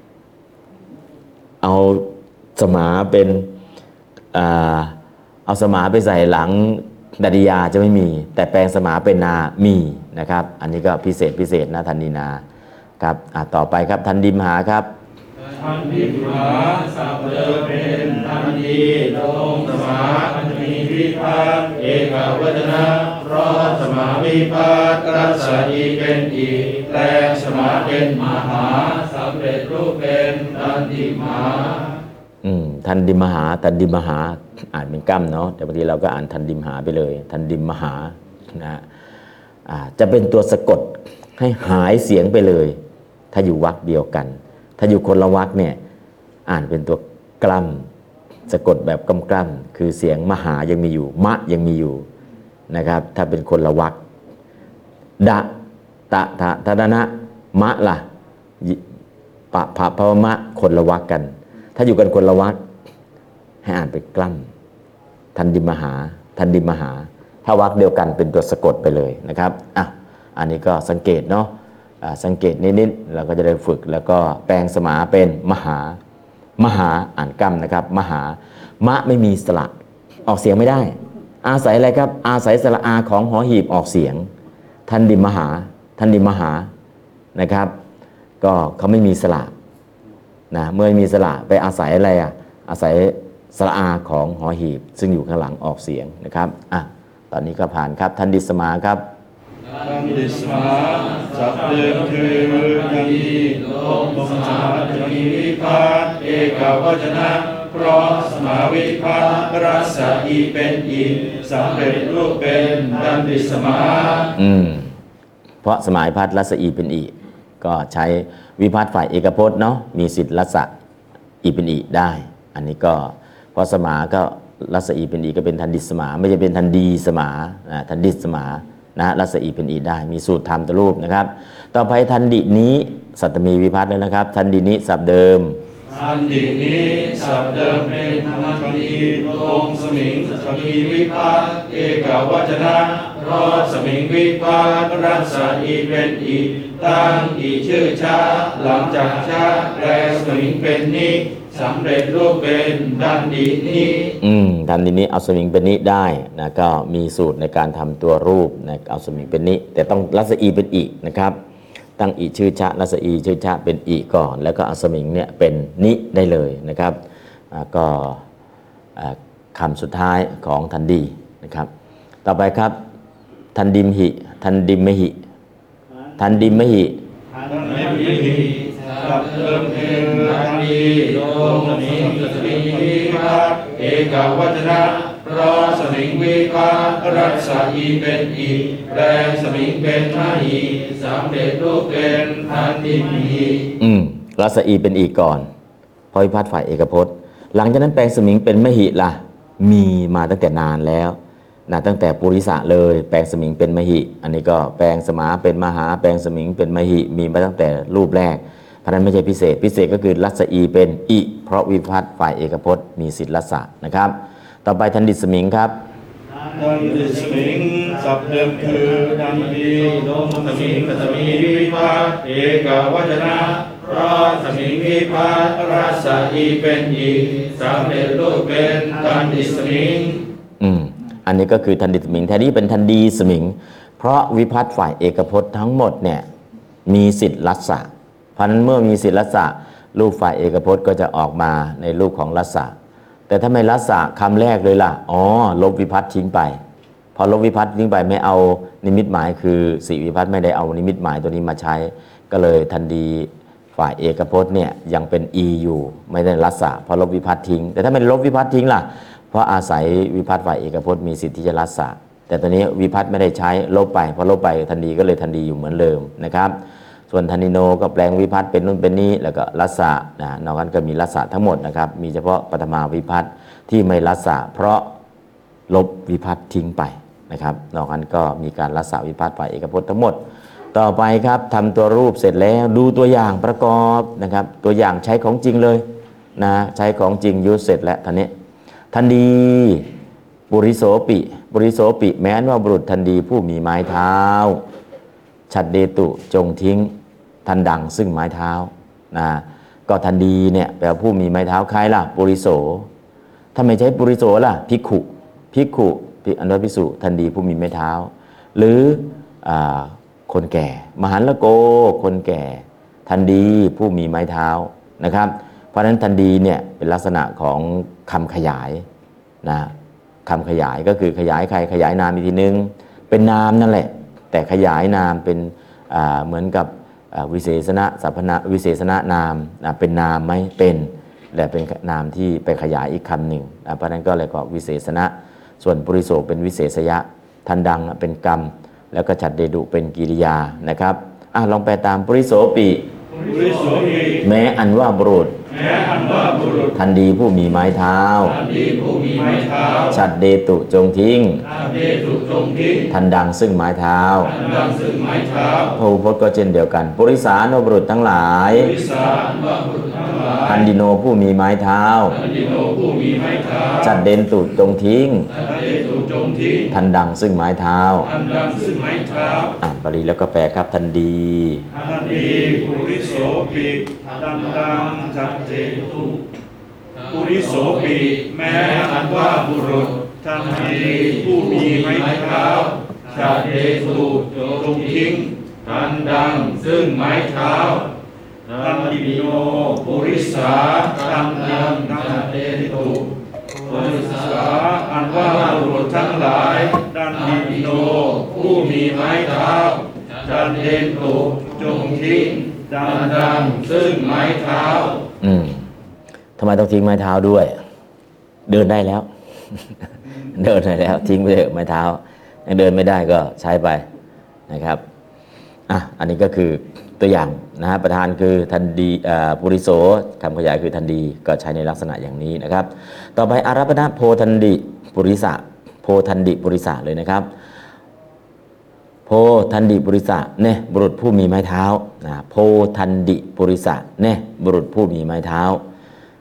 เอาสมาเป็นเอาสมาไปใส่หลังตติยาจะไม่มีแต่แปลงสมาเป็นนามีนะครับอันนี้ก็พิเศษพิเศษนะทันดีนาครับต่อไปครับทันดิมหาครับทันดิมหาสัพเพเป็นทันดีลงสมาทันมีวิภัตเอกวจนะเพราะสมาวิภัตรัสอีเป็นอีแปลงสมาเป็นมหาสำเร็จรูปเป็นทันดิมหาอืมทันดิมหาทันดิมหาอ่านเป็นกั้มเนาะแต่บางทีเราก็อ่านทันดิมหาไปเลยทันดิมหานะอ่าจะเป็นตัวสะกดให้หายเสียงไปเลยถ้าอยู่วรรคเดียวกันถ้าอยู่คนละวรรคเนี่ยอ่านเป็นตัวกล้ำสะกดแบบกล้ำกล้ำคือเสียงมหายังมีอยู่มะยังมีอยู่นะครับถ้าเป็นคนละวรรคดะตะทะทะนะมะล่ะปะภะภะมะคนละวรรคกันถ้าอยู่กันคนละวรรคให้อ่านเป็นกล้ำทันดิมหาทันดิมหาถ้าวรรคเดียวกันเป็นตัวสะกดไปเลยนะครับอ่ะอันนี้ก็สังเกตเนาะสังเกตนิดๆเราก็จะได้ฝึกแล้วก็แปลงสมาเป็นมหามหาอ่านกล้ำนะครับมหามะไม่มีสระออกเสียงไม่ได้อาศัยอะไรครับอาศัยสระอาของหอหีบออกเสียงทันดิมหาทันดิมหานะครับก็เขาไม่มีสระนะเมื่อมีสระไปอาศัยอะไรอ่ะอาศัยสระอาของหอหีบซึ่งอยู่ข้างหลังออกเสียงนะครับอ่ะตอนนี้ก็ผ่านครับทันดิสมาครับทันดิสมาสัพเพคือยังดีลงสมาจะมีวิภัตเอกวจนะเพราะสมาวิภัตรัสอีเป็นอีสำเร็จรูปเป็นทันดิสมาอืมเพราะสมาวิภัตรัสอีเป็นอีก็ใช้วิภัตฝ่ายเอกพจน์เนาะมีสิทธิ์รัสอีเป็นอีได้อันนี้ก็พอสมาก็รัสอีเป็นอีก็เป็นทันดิสมาไม่ใช่เป็นทันดีสมาทันดิสมานะรัสอีเป็นอีได้มีสูตรธรรมตัวรูปนะครับต่อไปทันดินี้สัตตมีวิภัตแล้วนะครับทันดินี้ศัพท์เดิมทัอันดีนี้สับเดิมเป็นธรรมนีลงสมิงสมีวิภัตเอกวัจนะรอสมิงวิภัตรัศอีเป็นอีตั้งอีชื่อชาหลังจากชาแปลสมิงเป็นนี้สำเร็จรูปเป็นดันดีนี้อืมดันดีนี้เอาสมิงเป็นนิได้นะก็มีสูตรในการทำตัวรูปนะเอาสมิงเป็นนิแต่ต้องรัศอีเป็นอีนะครับตั้งอีชื่อชะรัศอีชื่อชะเป็นอีก่อนแล้วก็เอาสมิงเนี่ยเป็นนิได้เลยนะครับก็คำสุดท้ายของทันดีนะครับต่อไปครับทันดิมหิทันดิมมหิทันดิมมหิทันดิมมหิสับเติมเป็นทันดีโลสมิงสมิงวิภัตเอกวัจนะรอสมิงวิภัตรัศอีเป็นอีแปลสมิงเป็นมหิสำเร็จรูปเป็นทันดิมมหิอืมรัศอีเป็นอีก่อนพอวิภัตฝ่ายเอกพจน์หลังจากนั้นแปลงสมิงเป็นมหิล่ะมีมาตั้งแต่นานแล้วนะตั้งแต่ปุริสะเลยแปลงสมิงเป็นมหิอันนี้ก็แปลงสมาเป็นมหาแปลงสมิงเป็นมหิมีมาตั้งแต่รูปแรกเพราะนั้นไม่ใช่พิเศษพิเศษก็คือรัศอีเป็นอิเพราะวิภัตฝ่ายเอกพจน์มีสิทธิรัศนะครับต่อไปทันดิสมิงครับทันดิสมิงสับเดิมคือทันดีโลสมิงสมิงวิภัตเอกวัจนะรอสมิงวิภัตรัศอีเป็นอีสำเร็จรูปเป็นทันดิสมิงอืมอันนี้ก็คือทันดิสมิงแทนที่เป็นทันดีสมิงเพราะวิภัตฝ่ายเอกพจน์ทั้งหมดเนี่ยมีสิทธิรัศเพราะนั้นเมื่อมีสิทธิรัศรูปฝ่ายเอกพจน์ก็จะออกมาในรูปของรัศแต่ถ้าไม่รัศคำแรกเลยล่ะอ๋อลบวิภัตทิ้งไปพอลบวิภัตทิ้งไปไม่เอานิมิตหมายคือสิวิภัตไม่ได้เอานิมิตหมายตัวนี้มาใช้ก็เลยทันดีฝ่ายเอกพจน์เนี่ยยังเป็นอีอยู่ไม่ได้รัศพอลบวิภัตทิ้งแต่ถ้าไม่ลบวิภัตทิ้งล่ะเพราะอาศัยวิภัตฝ่ายเอกพจน์มีสิทธิที่จะรัศแต่ตอนนี้วิภัตไม่ได้ใช้ลบไปพอลบไปทันดีก็เลยทันดีอยู่เหมือนเดิมนะครับส่วนทันิโนก็แปลงวิภัตเป็นนู่นเป็นนี้แล้วก็รัศนะนอกนั้นก็มีรัศทั้งหมดนะครับมีเฉพาะปฐมาวิภัตที่ไม่รัศเพราะลบวิภัตทิ้งไปนะครับนอกนั้นก็มีการรัศวิภัตฝ่ายเอกพจน์ทั้งหมดต่อไปครับทำตัวรูปเสร็จแล้วดูตัวอย่างประกอบนะครับตัวอย่างใช้ของจริงเลยนะใช้ของจริงยุดเสร็จแล้วท่านนี้ทันดีปุริโสปิปุริโสปิแม้นว่าบุรุษทันดีผู้มีไม้เท้าฉัดเดตุจงทิ้งทันดังซึ่งไม้เท้านะก็ทันดีเนี่ยแปลว่าผู้มีไม้เท้าใครล่ะปุริโสถ้าไม่ใช่ปุริโสล่ะภิกขุภิกขุภิอันว่าภิกษุทันดีผู้มีไม้เท้าหรืออ่าคนแก่มหันละโกคนแก่ทันดีผู้มีไม้เท้านะครับเพราะฉะนั้นทันดีเนี่ยเป็นลักษณะของคำขยายนะคำขยายก็คือขยายใครขยายนามอีกทีนึงเป็นนามนั่นแหละแต่ขยายนามเป็นเหมือนกับวิเศษณะสัพพนะวิเศษณะนามเป็นนามไหมเป็นแต่เป็นนามที่ไปขยายอีกคำหนึ่งเพราะนั้นก็เลยก็วิเศษณะส่วนปุริโสเป็นวิเศษยะทันดังเป็นกรรมแล้วก็ฉัดเดดุเป็นกิริยานะครับอ่ะลองไปตามปุริโสปิแม้อันว่าบุรุษทันดีผู้มีไม้เท้าฉัดเดตุจงทิ้งทันดังซึ่งไม้เท้าพระอุปก็เช่นเดียวกันปุริสาโนบุรุษทั้งหลายทันดิโนผู้มีไม้เท้าฉัดเดนตุจงทิ้งทันดังซึ่งไม้เท้าอ่านบาลีแล้วก็แปลครับทันดีทันดีปุริโสปิทันดังฉัดเดตุปุริโสปิแม้อันว่าบุรุษทันดีผู้มีไม้เท้าฉัดเดตุจงทิ้งทันดังซึ่งไม้เท้าทันดิโนปุริสาทันดังฉัดเดตุปุริสาอันว่าบุรุษทั้งหลายทันดิโนผู้มีไม้เท้าฉัดเดตุจงทิ้งทันดังซึ่งไม้เท้าอืมทำไมต้องทิ้งไม้เท้าด้วยเดินได้แล้ว เดินได้แล้วทิ้งไปเถอะไม้เท้ายังเดินไม่ได้ก็ใช้ไปนะครับอ่ะอันนี้ก็คือตัวอย่างนะฮะประธานคือทันดีปุริโสคำขยายคือทันดีก็ใช้ในลักษณะอย่างนี้นะครับต่อไปอารัปณะโพทันดิปุริสะโพทันดิปุริสะเลยนะครับโพทันดิปุริสะเนี่ยบุรุษผู้มีไม้เท้านะโพทันดิปุริสะเนี่ยบุรุษผู้มีไม้เท้า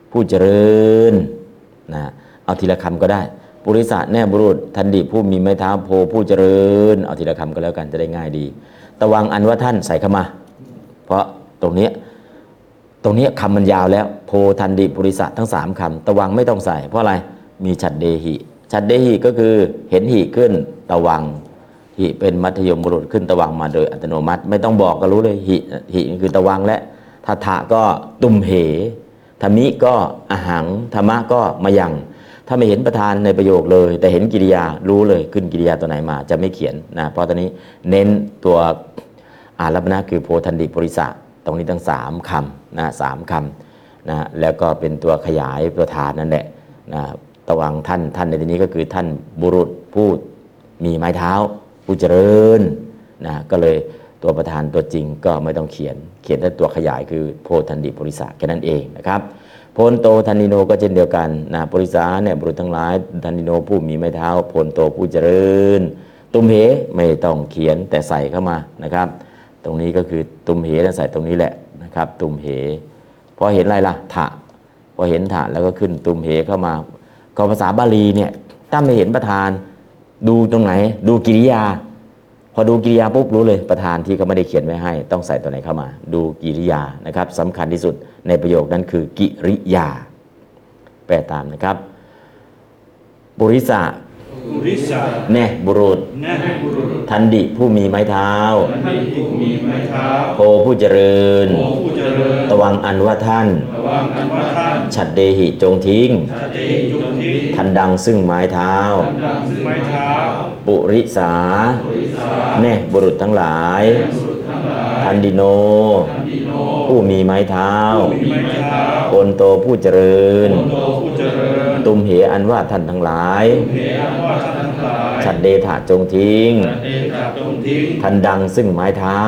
ผู้เจริญนะเอาทีละคำก็ได้ปุริสะแน่บุรุษทันดิผู้มีไม้เท้าโพผู้เจริญเอาทีละคำก็แล้วกันจะได้ง่ายดีตะวังอันว่าท่านใส่เข้ามาเพราะตรงนี้ตรงนี้คำมันยาวแล้วโพทันดิปุริสะทั้งสามคำตะวังไม่ต้องใส่เพราะอะไรมีฉัดเดหิฉัดเดหิก็คือเห็นหิขึ้นตะวังหิเป็นมัธยมบุรุษขึ้นตะวังมาโดยอัตโนมัติไม่ต้องบอกก็รู้เลยหิหิคือตะวังและทัทะก็ตุมเหธรรมิก็อหังธรรมะก็มายังถ้าไม่เห็นประธานในประโยคเลยแต่เห็นกิริยารู้เลยขึ้นกิริยาตัวไหนมาจะไม่เขียนนะเพราะตอนนี้เน้นตัวอารัปนะคือโพทันดิปุริสะตรงนี้ทั้งสามคำนะสามคำนะแล้วก็เป็นตัวขยายประธานนั่นแหละนะตะวังท่านท่านในที่นี้ก็คือท่านบุรุษผู้มีไม้เท้าผู้เจริญนะก็เลยตัวประธานตัวจริงก็ไม่ต้องเขียนเขียนแต่ตัวขยายคือโพทันดิปุริสะแค่นั้นเองนะครับโพนโตทันนิโนก็เช่นเดียวกันนะปุริสาเนี่ยบุรุษทั้งหลายทันนิโนผู้มีไม้เท้าโพนโตผู้เจริญตุมเหไม่ต้องเขียนแต่ใส่เข้ามานะครับตรงนี้ก็คือตุมเหแล้วใส่ตรงนี้แหละนะครับตุมเหพอเห็นอะไรล่ะถะพอเห็นถะแล้วก็ขึ้นตุมเหเข้ามาก็ภาษาบาลีเนี่ยถ้าไม่เห็นประธานดูตรงไหนดูกิริยาพอดูกิริยาปุ๊บรู้เลยประธานที่เขาไม่ได้เขียนไว้ให้ต้องใส่ตัวไหนเข้ามาดูกิริยานะครับสำคัญที่สุดในประโยคนั้นคือกิริยาแปลตามนะครับปุริสะปุริสะแน่บุรุษแน่บุรุษทันดิผู้มีไม้เท้าทันดิผู้มีไม้เท้าโพผู้เจริญโพผู้เจริญตะวังอันว่าท่านตะวังอันว่าท่านฉัดเดหิจงทิ้งฉัดเดหิจงทิ้งทันดังซึ่งไม้เท้าทันดังซึ่งไม้เท้าปุริสาแน่บุรุษทั้งหลายทันดิโนผู้มีไม้เท้าโอนโตผู้เจริญตุมเหอันว่าท่านทั้งหลายฉัดเดถะจงทิ้งทันดังซึ่งไม้เท้า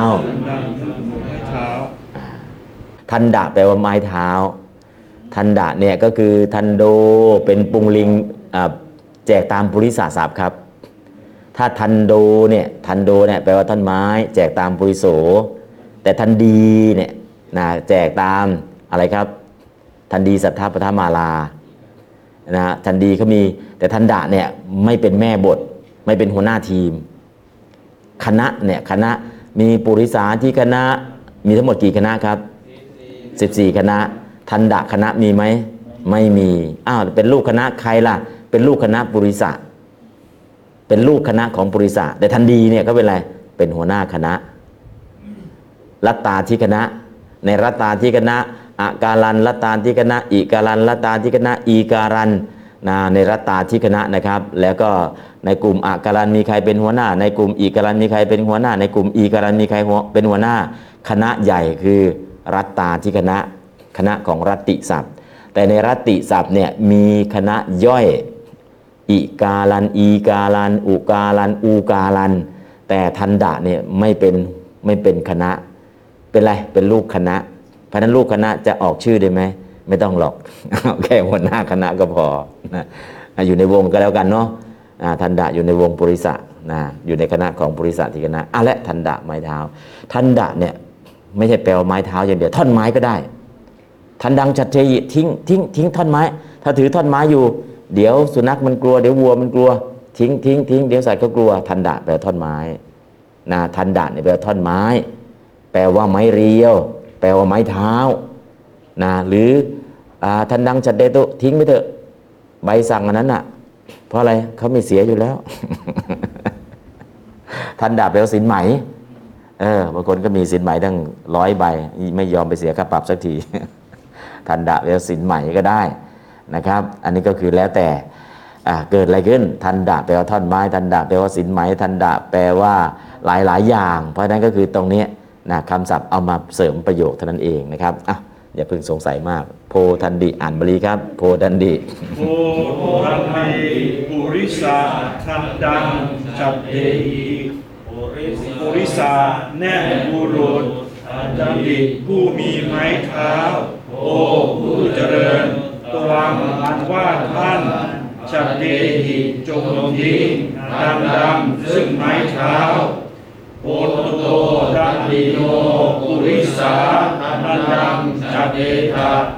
ทันดะแปลว่าไม้เท้าทันดะเนี่ยก็คือทันโดเป็นปุงลิงแจกตามปุริสาศัพท์ครับถ้าทันโดเนี่ยทันโดเนี่ยแปลว่าท่านไม้แจกตามปุริโสแต่ทันดีเนี่ยนะแจกตามอะไรครับทันดีสัทธาปทมาลานะฮะทันดีเขามีแต่ทันดะเนี่ยไม่เป็นแม่บทไม่เป็นหัวหน้าทีมคณะเนี่ยคณะมีปุริสาที่คณะมีทั้งหมดกี่คณะครับสิบสี่คณะทันดะคณะมีไหมไม่มีอ้าวเป็นลูกคณะใครล่ะเป็นลูกคณะปุริสะเป็นลูกคณะของปุริสะแต่ทันดีเนี่ยก็เป็นอะไรเป็นหัวหน้าคณะรัตตาธิคณะในรัตตาธิคณะอาการันรัตตาธิคณะอิการันรัตตาธิคณะอีการันนะในรัตตาธิคณะนะครับแล้วก็ในกลุ่มอาการันมีใครเป็นหัวหน้าในกลุ่มอีการันมีใครเป็นหัวหน้าในกลุ่มอีการันมีใครเป็นหัวหน้าคณะใหญ่คือรัตตาธิคณะคณะของรัตติศัพท์แต่ในรัตติศัพท์เนี่ยมีคณะย่อยอิกาลันอีกาลันอุกาลันอูกาลันแต่ทันดะเนี่ยไม่เป็นไม่เป็นคณะเป็นไรเป็นลูกคณะเพราะนั้นลูกคณะจะออกชื่อได้ไหมไม่ต้องหรอกเอาแค่หัวหน้าคณะก็พอนะอยู่ในวงก็แล้วกันเนาะทันดะอยู่ในวงปุริสะนะอยู่ในคณะของปุริสะที่คณะอ่ะและทันดะไม้เท้าทันดะเนี่ยไม่ใช่แปลว่าไม้เท้าอย่างเดียวท่อนไม้ก็ได้ทันดังจัดเทยิทิ้งทิ้งทิ้งท่อนไม้ถ้าถือท่อนไม้อยู่เดี๋ยวสุนัขมันกลัวเดี๋ยววัวมันกลัวทิ้งทิ้งทิ้งเดี๋ยวสัตว์ก็กลัวทันดะแปลท่อนไม้นะทันดะเนี่ยแปลท่อนไม้แปลว่าไม้เรียวแปลว่าไม้เท้านะหรือทันดังจัดเดโตทิ้งไปเถอะใบสั่งอันนั้นน่ะเพราะอะไรเขาไม่เสียอยู่แล้ว ทันดะแปลว่าสินไหมเออบางคนก็มีสินไหมตั้งร้อยใบไม่ยอมไปเสียค่าปรับสักที ทันดะแปลว่าสินไหมก็ได้นะครับอันนี้ก็คือแล้วแต่เกิดอะไรขึ้นทันดะแปลว่าท่อนไม้ทันดะแปลว่าสินไหมทันดะแปลว่าหลายๆอย่างเพราะฉะนั้นก็คือตรงนี้นะคำศัพท์เอามาเสริมประโยคเท่านั้นเองนะครับอ่ะอย่าเพิ่งสงสัยมากโพทันดิอ่านบาลีครับโพทันดิโพทันดิปุริสะทันดังจัดเดหิปุริสะแน่บุรุษทันดิผู้มีไม้เท้าโอผู้เจริญตวังอันว่าท่านจัดเดหิจงทิ้งทันดังซึ่งไม้เท้าโพโตทันดิโนปุริสาทันดังจัดเดถะ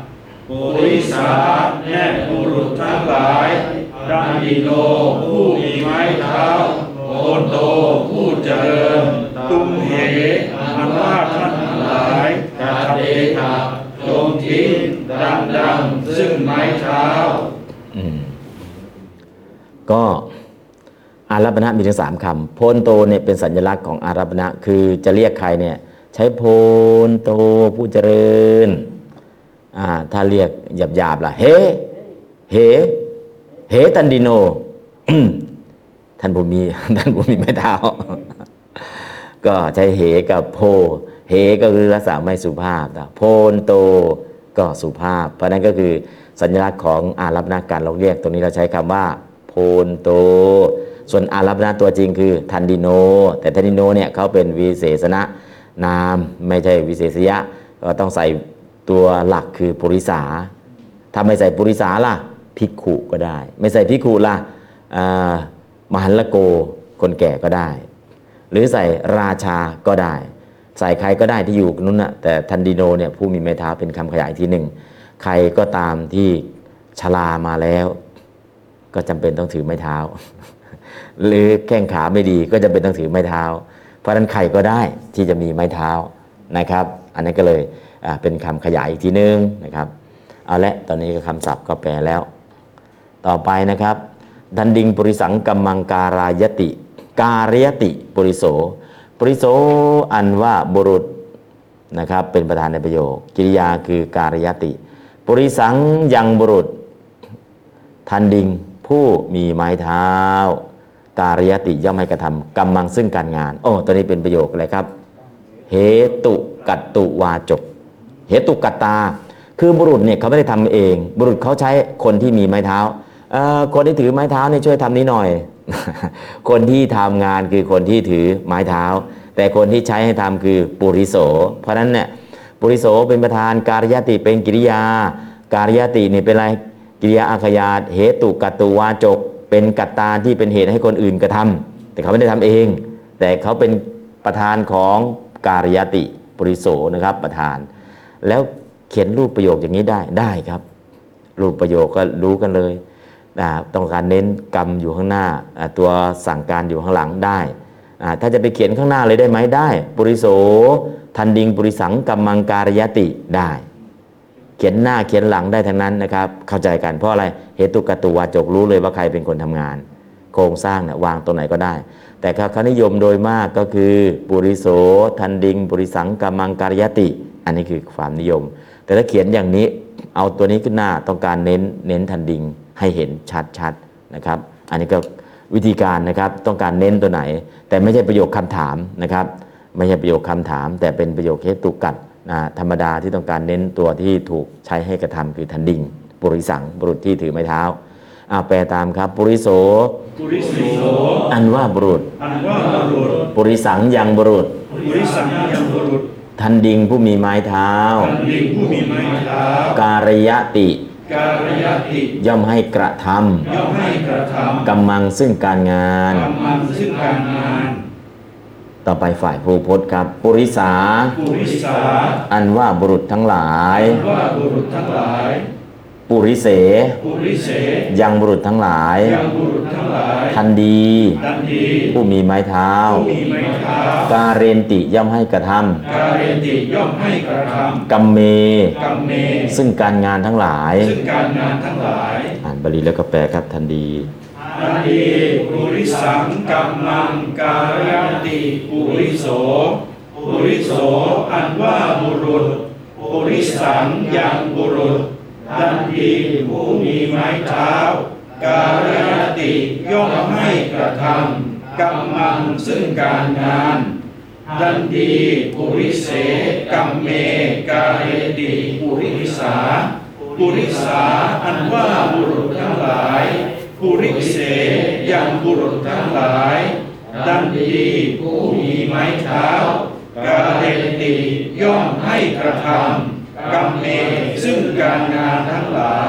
ปุริสาแน่บุรุษทั้งหลายดันดิโนผู้มีไม้เท้าโอนโตผู้เจริญตุมเหอันว่าท่านทั้งหลายกัตเดถาจงทิ้งดังดังซึ่งไม้เท้าอืมก็อารัปณะมีถึงสามคำโพนโตเนี่ยเป็นสัญลักษณ์ของอารัปณะคือจะเรียกใครเนี่ยใช้โพนโตผู้เจริญอ่าถ้าเรียกหยาบๆล่ะเฮเฮเฮตันดิโน ท่านผู้มีท่านผู้มีไม้เท้า ก็ใช้เหกับโพเหก็คือลักษณะไม่สุภาพนะโพนโตก็สุภาพเพราะนั้นก็คือสัญลักษณ์ของอารัปณะการเราเรียกตรงนี้เราใช้คำว่าโพนโตส่วนอารัปณะตัวจริงคือทันดิโนแต่ทันดิโนเนี่ยเขาเป็นวิเศษณะนามไม่ใช่วิเศษยะก็ต้องใส่ตัวหลักคือปุริสาถ้าไม่ใส่ปุริสาล่ะภิกขุก็ได้ไม่ใส่ภิกขุล่ะมหันลโกคนแก่ก็ได้หรือใส่ราชาก็ได้ใส่ใครก็ได้ที่อยู่นู้นนะแต่ทันดิโนเนี่ยผู้มีไม้เท้าเป็นคำขยายที่หนึ่งใครก็ตามที่ชรามาแล้วก็จำเป็นต้องถือไม้เท้า หรือแข้งขาไม่ดีก็จำเป็นต้องถือไม้เท้าเพราะฉะนั้นใครก็ได้ที่จะมีไม้เท้านะครับอันนี้ก็เลยเป็นคำขยายอีกทีนึงนะครับเอาละตอนนี้ก็คำศัพท์ก็แปลแล้วต่อไปนะครับดันดิงปุริสังกัมมังการายติการยติปุริโสปุริโสอันว่าบุรุษนะครับเป็นประธานในประโยคกิริยาคือการยติปุริสังยังบุรุษทันดิงผู้มีไม้เท้าการยติย่อมให้กระทำกัมมังซึ่งการงานโอ้ตัวนี้เป็นประโยคอะไรครับเหตุกัตตุวาจกเหตุกัตตาคือบุรุษเนี่ยเขาไม่ได้ทำเองบุรุษเขาใช้คนที่มีไม้เท้าคนที่ถือไม้เท้าเนี่ยช่วยทำนี้หน่อย คนที่ทำงานคือคนที่ถือไม้เท้าแต่คนที่ใช้ให้ทำคือปุริโสเพราะนั้นเนี่ยปุริโสเป็นประธานการยติเป็นกิริยาการยตินี่เป็นอะไรกิริยาอาขยาตเหตุกัตตุวาจกเป็นกัตตาที่เป็นเหตุให้คนอื่นกระทำแต่เขาไม่ได้ทำเองแต่เขาเป็นประธานของการยติปุริโสนะครับประธานแล้วเขียนรูปประโยคอย่างนี้ได้ได้ครับรูปประโยคก็รู้กันเลยต้องการเน้นกรรมอยู่ข้างหน้าตัวสั่งการอยู่ข้างหลังได้ถ้าจะไปเขียนข้างหน้าเลยได้ไหมได้ปุริโสทันดิงปุริสังกัมมังการยติได้เขียนหน้าเขียนหลังได้ทั้งนั้นนะครับเข้าใจกันเพราะอะไรเหตุกัตตุวาจกรู้เลยว่าใครเป็นคนทำงานโครงสร้างเนี่ยวางตรงไหนก็ได้แต่เขานิยมโดยมากก็คือปุริโสทันดิงปุริสังกัมมังการยติอันนี้คือความนิยมแต่ถ้าเขียนอย่างนี้เอาตัวนี้ขึ้นหน้าต้องการเน้นเน้นทันดิงให้เห็นชัดๆนะครับอันนี้ก็วิธีการนะครับต้องการเน้นตัวไหนแต่ไม่ใช่ประโยคคำถามนะครับไม่ใช่ประโยคคำถามแต่เป็นประโยคเหตุกัตนะธรรมดาที่ต้องการเน้นตัวที่ถูกใช้ให้กระทำคือทันดิงปุริสังบุรุษที่ถือไม้เท้าอ่าแปลตามครับปุริโสปุริโสอันว่าบุรุษอันว่าบุรุษปุริสังยังบุรุษปุริสังยังบุรุษทันดิงผู้มีไม้เท้าทันดิงผู้มีไม้เท้าการยติการยติย่อมให้กระทำย่อมให้กระทำกัมมังซึ่งการงานกัมมังซึ่งการงานต่อไปฝ่ายภูพจน์ครับปุริสาปุริสาอันว่าบุรุษทั้งหลายอันว่าบุรุษทั้งหลายปุริเสปุริเสยังบุรุษทั้งหลายยังบุรุษทั้งหลายทันดีทันดีผู้มีไม้เท้าผู้มีไม้เท้าการเรนติย่อมให้กระทำการเรนติย่อมให้กระทำกัมเมกัมเมซึ่งการงานทั้งหลายซึ่งการงานทั้งหลายอ่านบาลีแล้วก็แปลครับทันดีทันดีปุริสังกัมมังการยติปุริโสปุริโสอันว่าบุรุษปุริสังยังบุรุษทันดีผู้มีไม้เท้าการยติย่อมให้กระทำกัมมังซึ่งการงานทันดีปุริเสกัมเมการยติปุริสาปุริสาอันว่าบุรุษทั้งหลายปุริเสยังบุรุษทั้งหลายทันดีผู้มีไม้เท้าการยติย่อมให้กระทำกัมเมซึ่งการงานทั้งหลาย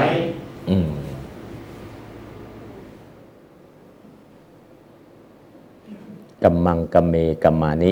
กัมมังกัมเมกัมมานิ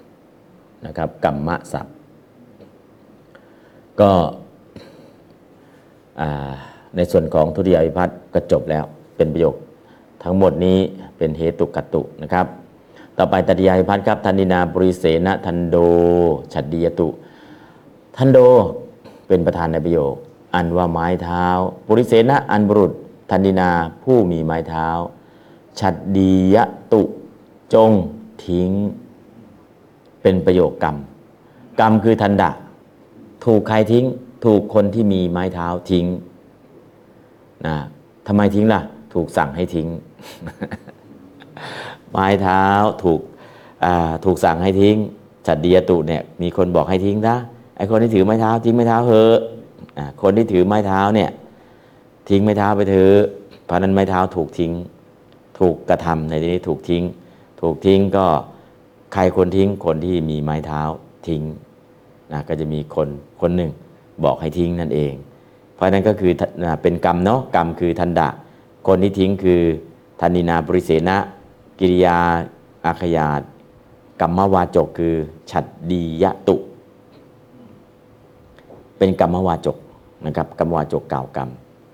นะครับกัมมะศัพท์ก็ในส่วนของทุติยวิภัตติก็จบแล้วเป็นประโยคทั้งหมดนี้เป็นเหตุกัตตุนะครับต่อไปตติยวิภัตติครับทันดินาปุริเสนะทันโดฉัดดียตุทันโดเป็นประธานในประโยคอันว่าไม้เท้าปุริเสนะอันบุรุษทันดินาผู้มีไม้เท้าฉัดดียตุจงทิ้งเป็นประโยคกรรมกรรมคือทันดะถูกใครทิ้งถูกคนที่มีไม้เท้าทิ้งนะทำไมทิ้งล่ะถูกสั่งให้ทิ้ง ไม้เท้าถูกถูกสั่งให้ทิ้งฉัดดียตุเนี่ยมีคนบอกให้ทิ้งนะไอ้คนที่ถือไม้เท้าทิ้งไม้เท้าเถอะคนที่ถือไม้เท้าเนี่ยทิ้งไม้เท้าไปเถอะเพราะนั้นไม้เท้าถูกทิ้งถูกกระทำในที่นี้ถูกทิ้งถูกทิ้งก็ใครคนทิ้งคนที่มีไม้เท้าทิ้งนะก็จะมีคนคนหนึ่งบอกให้ทิ้งนั่นเองเพราะนั้นก็คือเป็นกรรมเนาะกรรมคือทันดะคนที่ทิ้งคือทันดินาปุริเสนะกิริยาอาขยาตกรรมวาจกคือฉัดดียตุเป็นกรรมวาจกนะครับกรรมวาจกกล่าวกรรม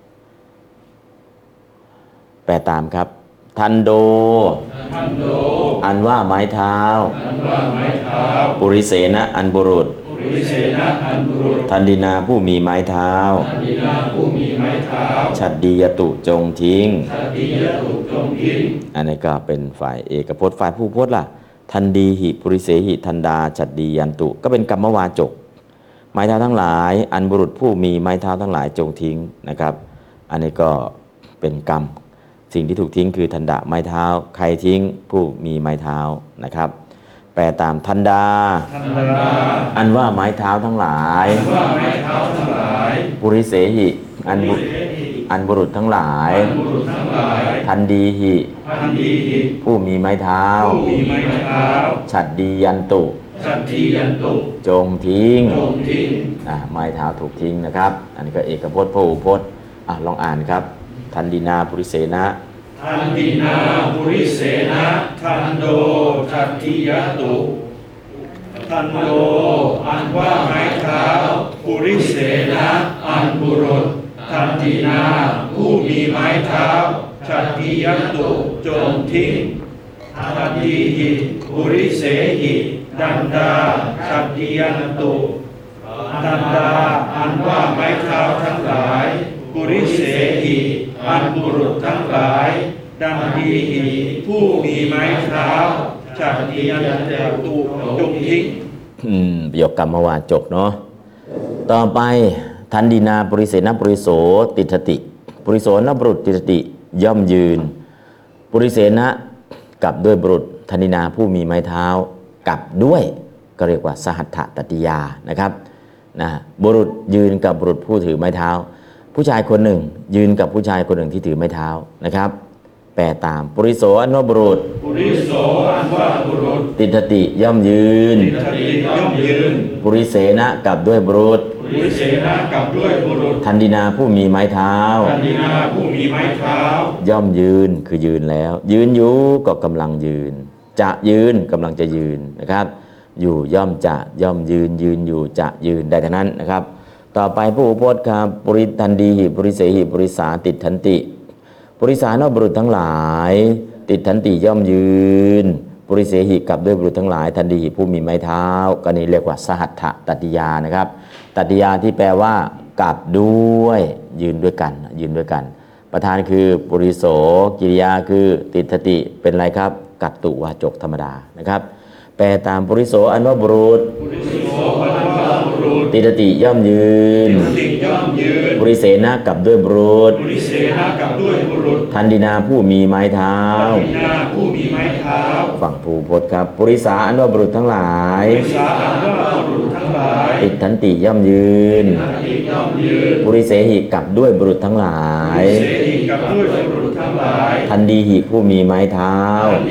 แปลตามครับทันโดทันโดอันว่าไม้เท้าอันว่าไม้เท้าปุริเสนะอันบุรุษปุริเสนะอันบุรุษทันดินาผู้มีไม้เท้าทันดินาผู้มีไม้เท้าฉัดดียตุจงทิ้งฉัดดียตุจงทิ้งอันนี้ก็เป็นฝ่ายเอกพจน์ฝ่ายผู้พจน์ล่ะทันดีหิปุริเสหิทันดาฉัดดียันตุก็เป็นกรรมวาจกไม้เท้าทั้งหลายอันบุรุษผู้มีไม้เท้าทั้งหลายจงทิ้งนะครับอันนี้ก็เป็นกรรมสิ่งที่ถูกทิ้งคือทันดะไม้เท้าใครทิ้งผู้มีไม้เท้านะครับแปลตามทันดาอันว่าไม้เท้าทั้งหลายปุริเสหิอันอันบุรุษทั้งหลายทันดีหิผู้มีไม้เท้าฉัดดียันตุจงทิ้งไม้เท้าถูกทิ้งนะครับอันนี้ก็เอกพจน์พหูพจน์อ่ะลองอ่านครับทันดินาปุริเสนะทันดินาปุริเสนะทันโดฉัดดียตุทันโดอันว่าไม้เท้าปุริเสนะอันบุรุษทันดินาผู้มีไม้เท้าฉัดดียตุจงทิ้งทันดีหิปุริเสหิดันดาฉัดดียตุดันดาอันว่าไม้เท้าทั้งหลายปุริเสหิอันบุรุษทั้งหลายดันดีหิผู้มีไม้เท้าฉัดดียตุจงทิ้งอืมประโยคกรรมวาจกเนาะต่อไปทันดินาปุริเสนะปุริโสติฏฐิปุริโสนบุรุษติฏฐิย่อมยืนปุริเสนะกับด้วยบุรุษทันดินาผู้มีไม้เท้ากับด้วยก็เรียกว่าสหัตถตติยานะครับนะบุรุษยืนกับบุรุษผู้ถือไม้เท้าผู้ชายคนหนึ่งยืนกับผู้ชายคนหนึ่งที่ถือไม้เท้านะครับแปลตามปุริโสอันว่าบุรุษปุริโสอันว่าบุรุษติฏฐิย่อมยืนติฏฐิย่อมยืนปุริเสนะกับด้วยบุรุษปุริเสนะกับด้วยบุรุษทันดินาผู้มีไม้เท้าทันดินาผู้มีไม้เท้าย่อมยืนคือยืนแล้วยืนอยู่ก็กำลังยืนจะยืนกำลังจะยืนนะครับอยู่ย่อมจะย่อมยืนยืนอยู่จะยืนได้ทั้งนั้นนะครับต่อไปผู้อุปถครับปุริทันดีหิปุริเสหิปุริสาติทันติปุริสานบุรุษทั้งหลายติทันติย่อมยืนปุริเสหิกับด้วยบุรุษทั้งหลายทันดีหิผู้มีไม้เท้าก็นี่เรียกว่าสหัตถตติยานะครับตติยาที่แปลว่ากับด้วยยืนด้วยกันยืนด้วยกันประธานคือปุริโสกิริยาคือติทติเป็นอะไรครับกัตตุวาจกธรรมดานะครับแปลตามปุริโสอันว่าบุรุษติทติย่อมยืนปุริเสนะกับด้วยบุรุษทันดินาผู้มีไม้เท้าฝั่งภูพจน์ครับปุริสาอันว่าบุรุษทั้งหลายติทันติย่อมยืนปุริเสหิกับด้วยบุรุษทั้งหลายทันดีหิผู้มีไม้เท้า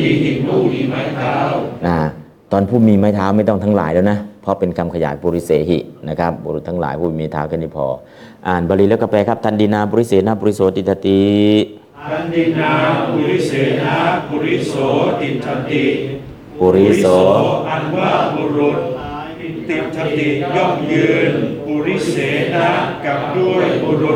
นะตอนผู้มีไม้เท้าไม่ต้องทั้งหลายแล้วนะเพราะเป็นคำขยายปุริเสหินะครับบุรุษทั้งหลายผู้มีเท้าแค่นี้พออ่านบาลีแล้วก็แปลครับทันดินาปุริเสนะปุริโสติทติทันดินาปุริเสนะปุริโสติทติปุริโสอันว่าบุรุษติทติย่อมยืนปุริเสนะกับด้วยบุรุษ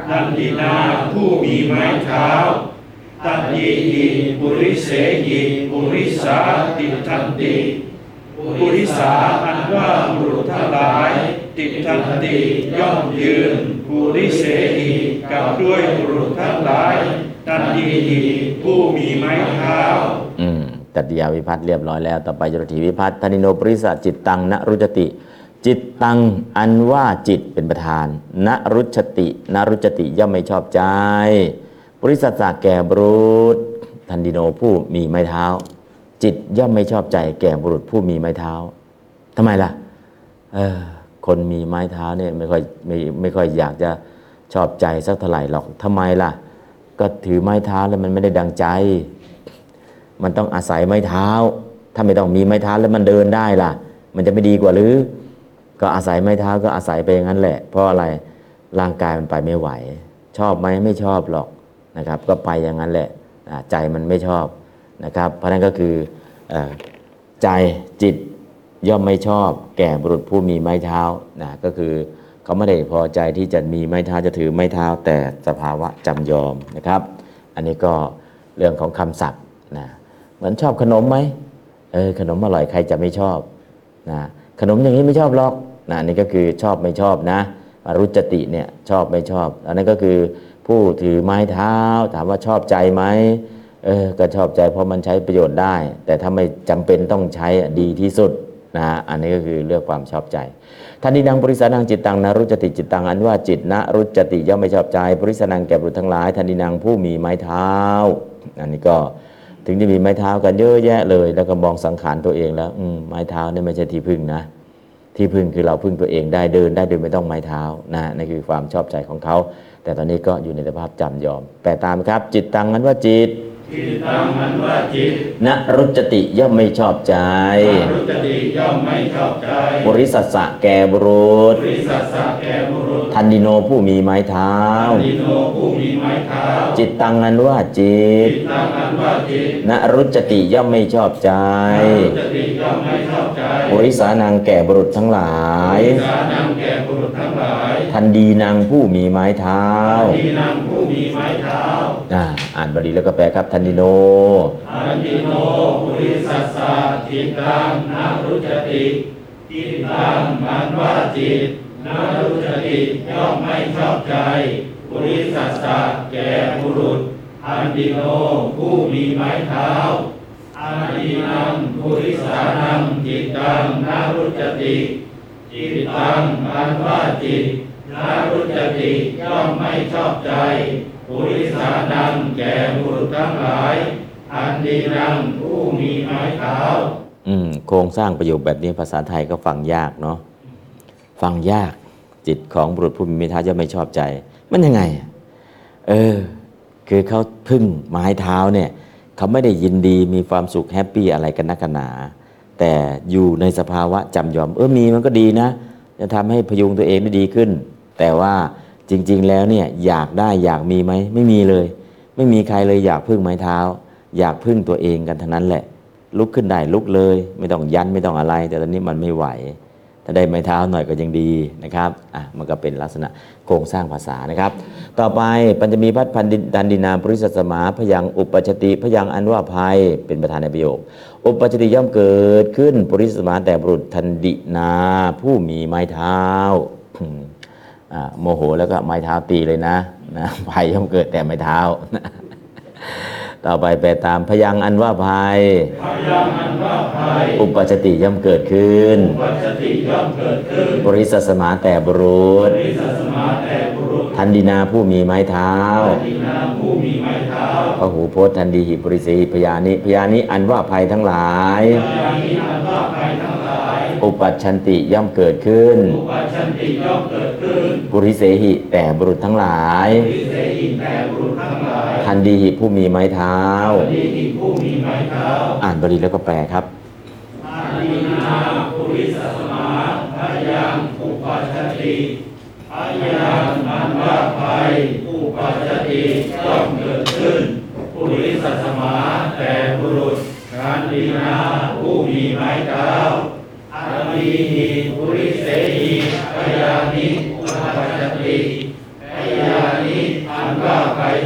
ทันตินาผู้มีไม้เท้าตัดยีหิปุริเสหิปุริสาติทันติปุริสาอันว่าบุรุษทั้งหลายติทันติย่อมยืนปุริเสหิกับด้วยบุรุษทั้งหลายตัดยีหิผู้มีไม้เท้าอืมตัดยาวิพัฒน์เรียบร้อยแล้วต่อไปจรถีวิพัฒน์ธนิโนปริสจิตตังนรุจติ จิตตังอันว่าจิตเป็นประธานนรุจตินรุจติย่อมไม่ชอบใจปริสัสสะแก่บุรุษทันดิโนผู้มีไม้เท้าจิตย่อมไม่ชอบใจแก่บุรุษผู้มีไม้เท้าทำไมล่ะเออคนมีไม้เท้าเนี่ยไม่ค่อยไม่ไม่ค่อยอยากจะชอบใจสักเท่าไหร่หรอกทำไมล่ะก็ถือไม้เท้าแล้วมันไม่ได้ดังใจมันต้องอาศัยไม้เท้าถ้าไม่ต้องมีไม้เท้าแล้วมันเดินได้ล่ะมันจะไม่ดีกว่าหรือก็อาศัยไม้เท้าก็อาศัยไปอย่างนั้นแหละเพราะอะไรร่างกายมันไปไม่ไหวชอบไหมไม่ชอบหรอกนะครับก็ไปอย่างนั้นแหละใจมันไม่ชอบนะครับเพราะนั้นก็คือใจจิตย่อมไม่ชอบแก่บุรุษผู้มีไม้เท้านะก็คือเขาไม่ได้พอใจที่จะมีไม้เท้าจะถือไม้เท้าแต่สภาวะจำยอมนะครับอันนี้ก็เรื่องของคำศัพท์นะเหมือนชอบขนมไหมเออขนมอร่อยใครจะไม่ชอบนะขนมอย่างนี้ไม่ชอบหรอกนะนี่ก็คือชอบไม่ชอบนะอรุจติเนี่ยชอบไม่ชอบอันนั้นก็คือผู้ถือไม้เท้าถามว่าชอบใจไหมเออก็ชอบใจเพราะมันใช้ประโยชน์ได้แต่ถ้าไม่จำเป็นต้องใช้ดีที่สุดนะอันนี้ก็คือเรื่องความชอบใจท่านินังปริสานังจิตตังนรุจติจิตตังอันว่าจิตนรุจติย่อมไม่ชอบใจปริสานังแก่บุรุษทั้งหลายท่านินังผู้มีไม้เท้าอันนี้ก็ถึงจะมีไม้เท้ากันเยอะแยะเลยแล้วก็มองสังขารตัวเองแล้วอืมไม้เท้านี่ไม่ใช่ที่พึ่งนะที่พึ่งคือเราพึ่งตัวเองได้เดินได้โดยไม่ต้องไม้เท้านะนั่นคือความชอบใจของเขาแต่ตอนนี้ก็อยู่ในสภาพจำยอมแปลตามครับจิตตังนั้นว่าจิตจิตตังนั้นว่าจิตนรุจติย่อมไม่ชอบใจนรุจติย่อมไม่ชอบใจบริสัสสะแก่บุรุษบริสัสสะแก่บุรุษทันดิโนผู้มีไม้เท้าทันดิโนผู้มีไม้เท้าจิตตังนั้นว่าจิตจิตตังนั้นว่าจิตนรุจติย่อมไม่ชอบใจนรุจติย่อมไม่ชอบใจบริสานังแก่บุรุษทั้งหลายบริสานังแก่บุรุษทั้งหลายทันดีนางผู้มีไม้เท้าทันดีนางผู้มีไม้เท้าอ่าอ่านบาลีแล้วก็แปลครับทันดิโนทันดิโนปุริสัสสะจิตตังนรุจติจิตตังมันว่าจิตนรุจติย่อมไม่ชอบใจปุริสัสสะแก่บุรุษทันดิโนผู้มีไม้เท้าทันดีนังปุริสานังจิตตังนรุจติจิตตังมันว่าจิตนรุจติย่อมไม่ชอบใจปุริสานังแก่บุรุษทั้งหลายทันดีนังผู้มีไม้เท้าอืมโครงสร้างประโยคแบบนี้ภาษาไทยก็ฟังยากเนาะฟังยากจิตของบุรุษผู้มีไม้เท้าจะไม่ชอบใจมันยังไงเออคือเขาพึ่งไม้เท้าเนี่ยเขาไม่ได้ยินดีมีความสุขแฮปปี้อะไรกันนักหนาแต่อยู่ในสภาวะจำยอมเออมีมันก็ดีนะจะทำให้พยุงตัวเองได้ดีขึ้นแต่ว่าจริงๆแล้วเนี่ยอยากได้อยากมีไหมไม่มีเลยไม่มีใครเลยอยากพึ่งไม้เท้าอยากพึ่งตัวเองกันทั้งนั้นแหละลุกขึ้นได้ลุกเลยไม่ต้องยันไม่ต้องอะไรแต่ตอนนี้มันไม่ไหวถ้าได้ไม้เท้าหน่อยก็ยังดีนะครับอ่ะมันก็เป็นลักษณะโครงสร้างภาษานะครับต่อไปปัญจมีพัฒพันดันดินาปริสัสมาพยังอุปชติพยังอันว่าภัยเป็นประธานในประโยคอุปชติย่อมเกิดขึ้นปริสัสมาแต่บุรุษทันดินาผู้มีไม้เท้าโมโหแล้วก็ไม้เท้าตีเลยนะนะภัยย่อมเกิดแต่ไม้เท้าต่อไปแปลตามพยังอันว่าภัยพยังอันว่าภัยอุปชติย่อมเกิดขึ้นอุปชติย่อมเกิดขึ้นบริสัสมาแต่บุรุษบริสัสมาแต่บุรุษทันดินาผู้มีไม้เท้าทันดินาผู้มีไม้เท้าพหูพจน์ทันดีหิปริสีพยานิพยานิอันว่าภัยทั้งหลายพยานิอันว่าภัยทั้งหลายอุปัชชันติย่อมเกิดขึ้นอุปัชชันติย่อมเกิดขึ้นปุริเสหิแต่บุรุษทั้งหลายปุริเสหิแต่บุรุษทั้งหลายทันดีหิผู้มีไม้เท้าทันดีหิผู้มีไม้เท้าอ่านบาลีแล้วก็แปลครับทันดีนาปุริสัสมาพยังอุปัชชติพยังมันว่าภัยอุปัชชติย่อมเกิดขึ้นปุริสัสมาแต่บุรุษทันดีนาผู้มีไม้เท้าทันดีหิปุริเสหิพยานิอุปัชชติพยานิ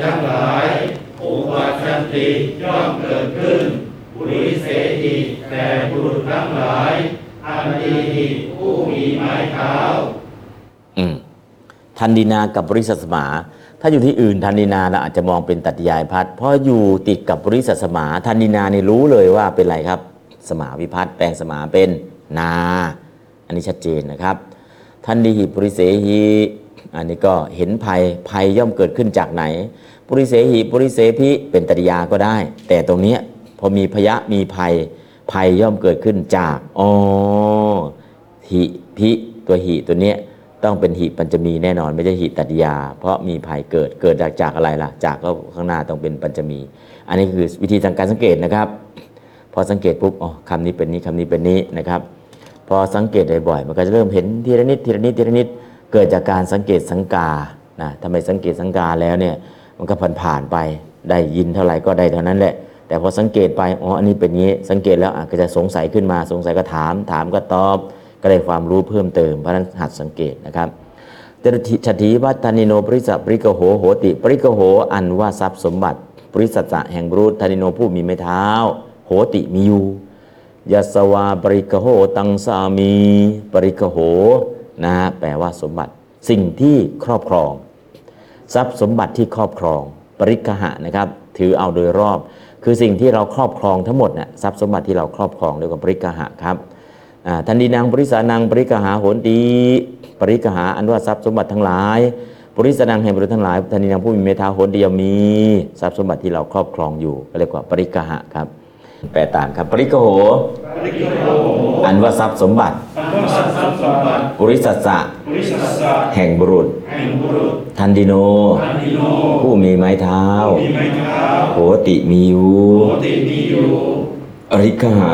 ทั้งหลายอุปัชชันติย่อมเกิดขึ้นปุริเสหิแต่บุรุษทั้งหลายอันดีผู้มีไม้เท้าอืมทันดีนากับบริษัทสมาถ้าอยู่ที่อื่นทันดีนาเราอาจจะมองเป็นตัดยายพัดเพราะอยู่ติดกับบริษัทสมาทันดีนานี่รู้เลยว่าเป็นอะไรครับสมาวิพัฒน์แปลงสมาเป็นนาอันนี้ชัดเจนนะครับทันดีหิปุริเสหิอันนี้ก็เห็นภัยภัยย่อมเกิดขึ้นจากไหนปุริเสหิปุริเสพิเป็นตัดยาก็ได้แต่ตรงนี้พอมีพยะมีภัยภัยย่อมเกิดขึ้นจากอ๋อหิพิตัวหิตัวเนี้ยต้องเป็นหิปัญจมีแน่นอนไม่ใช่หิตัดยาเพราะมีภัยเกิดเกิดจากจากอะไรล่ะจากก็ข้างหน้าต้องเป็นปัญจมีอันนี้คือวิธีทางการสังเกตนะครับพอสังเกตปุ๊บอ๋อคำนี้เป็นนี้คำนี้เป็นนี้นะครับพอสังเกตบ่อยๆมันก็จะเริ่มเห็นทีละนิดทีละนิดทีละนิดเกิดจากการสังเกตสังกานะทำไมสังเกตสังกาแล้วเนี่ยมันก็ผ่านผ่านไปได้ยินเท่าไหร่ก็ได้เท่านั้นแหละแต่พอสังเกตไปอ๋ออันนี้เป็นงี้สังเกตแล้วอาจจะสงสัยขึ้นมาสงสัยก็ถามถามก็ตอบก็ได้ความรู้เพิ่มเติมเพราะนั้นหัดสังเกตนะครับเตชถีวัตานิโนปริสัปริกโหโหติปริกโหอันว่าทรัพย์สมบัติปริสัจจะแห่งบรุษทานิโนผู้มีไม้เท้าโหติมีอยู่ยัสวาปริกโหตังสามีปริกโหนะฮะแปลว่าสมบัติสิ่งที่ครอบครองทรัพย์สมบัติที่ครอบครองปริกหะนะครับถือเอาโดยรอบคือสิ่งที่เราครอบครองทั้งหมดน่ะทรัพย์สมบัติที่เราครอบครองเรียกว่าปริกหะครับทันดีนางปริสานังปริกหาโหนตีปริกหาอันว่าทรัพย์สมบัติทั้งหลายปริสานังแห่งบริษัททั้งหลายทันดีนางผู้มีเมตตาโหนตีย่อมมีทรัพย์สมบัติที่เราครอบครองอยู่เรียกว่าปริกหะครับแปลตามครับปริกโหอันว่าทรัพย์สมบัติปริสัสสะแห่งบุรุษทันดิโนผู้มีไม้เท้าโหติมีอยู่อริกหา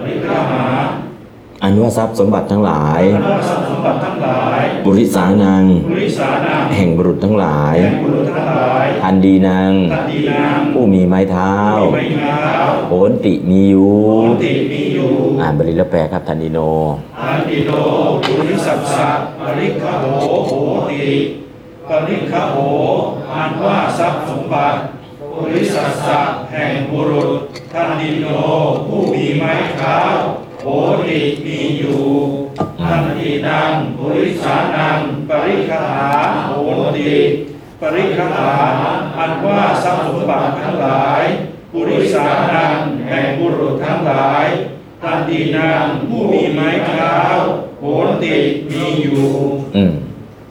อันว่าทรัพย์สมบัติทั้งหลายบุริสานังแห่งบุรุษทั้งหลายทันดีนางผู้มีไม้เท้าโหนติมีอยู่อ่านบาลีแล้วแปลครับทันดีโนทันดีโนบุริสัสสะอริกโหโหติปริกโหอันว่าทรัพย์สมบัติบุริสัสสะแห่งบุรุษทันดีโนผู้มีไม้เท้าโหติมีอยู่ทันทีนังบริสานังปริคหาโหติปริคหาอันว่าทรัพย์สมบัติทั้งหลายบริสานังแห่งบุรุษทั้งหลายทันทีนังผู้มีไม้เท้าโหติมีอยู่อืม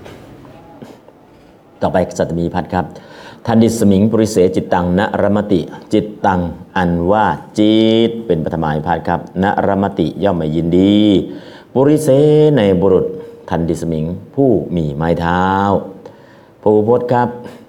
ต่อไปสัตมีพัดครับทันดิสมิงปุริเสจิตตังนรมติจิตตังอันว่าจิตเป็นปฐมาภิพาทครับนรมติย่อมไม่ยินดีปุริเสในบุรุษทันดิสมิงผู้มีไม้เท้าภูพจน์ครับ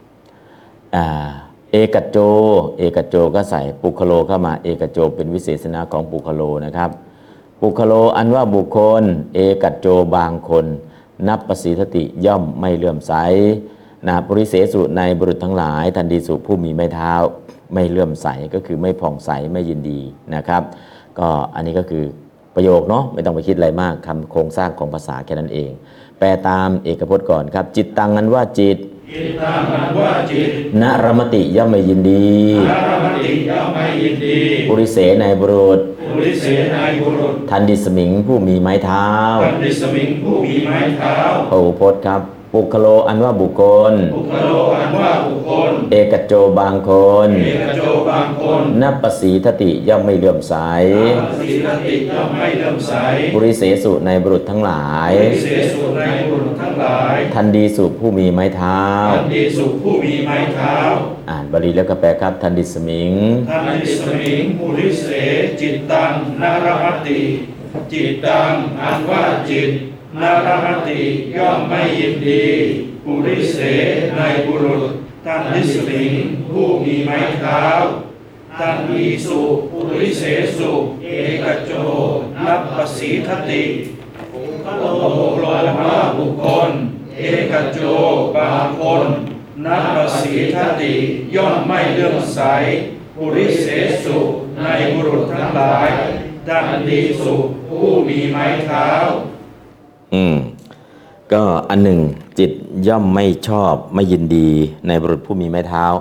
เอกโจเอกโจก็ใส่ปุคโลเข้ามาเอกโจเป็นวิเศษณะของปุคโลนะครับปุคโลอันว่าบุคคลเอกโจบางคนนับปสีทติย่อมไม่เลื่อมใสนะปุริเสสุในบุรุษทั้งหลายทันดีสุผู้มีไม้เท้าไม่เลื่อมใสก็คือไม่ผ่องใสไม่ยินดีนะครับก็อันนี้ก็คือประโยคเนาะไม่ต้องไปคิดอะไรมากคำโครงสร้างของภาษาแค่นั้นเองแปลตามเอกพจน์ก่อนครับจิตตังนั้นว่าจิตจิตตังนั้นว่าจิตนรมติย่อมไม่ยินดีนรมติย่อมไม่ยินดีปุริเสในบุรุษปุริเสในบุรุษทันดิสมิงผู้มีไม้เท้าทันดิสมิงผู้มีไม้เท้าภูพจน์ครับปุคโลอันว่าบุคคลปุคโลอันว่าบุคคลเอกโจบางคนเอกโจบางคนนับปสีทติย่อมไม่เลื่อมใสนับปสีทติย่อมไม่เลื่อมใสปุริเสสุในบุรุษทั้งหลายปุริเสสุในบุรุษทั้งหลายทันดีสุผู้มีไม้เท้าทันดีสุผู้มีไม้เท้าอ่านบาลีแล้วก็แปลครับทันดิสมิงทันดิสมิงปุริเสจิตตังนรมติจิตตังอันว่าจิตนรมติย่อมไม่ยินดีปุริเสในบุรุษทันดิสมิงผู้มีไม้เท้าทันดีสุปุริเสสุเอกโจนับปสีทติโลโลว่าบุคคลเอกโจบางคนนับปสีทติย่อมไม่เลื่อมใสปุริเสสุในบุรุษทั้งหลายทันดีสุผู้มีไม้เท้าอืมก็อันหนึ่งจิตย่อมไม่ชอบไม่ยินดีในบุรุษผู้มีไม้เท้า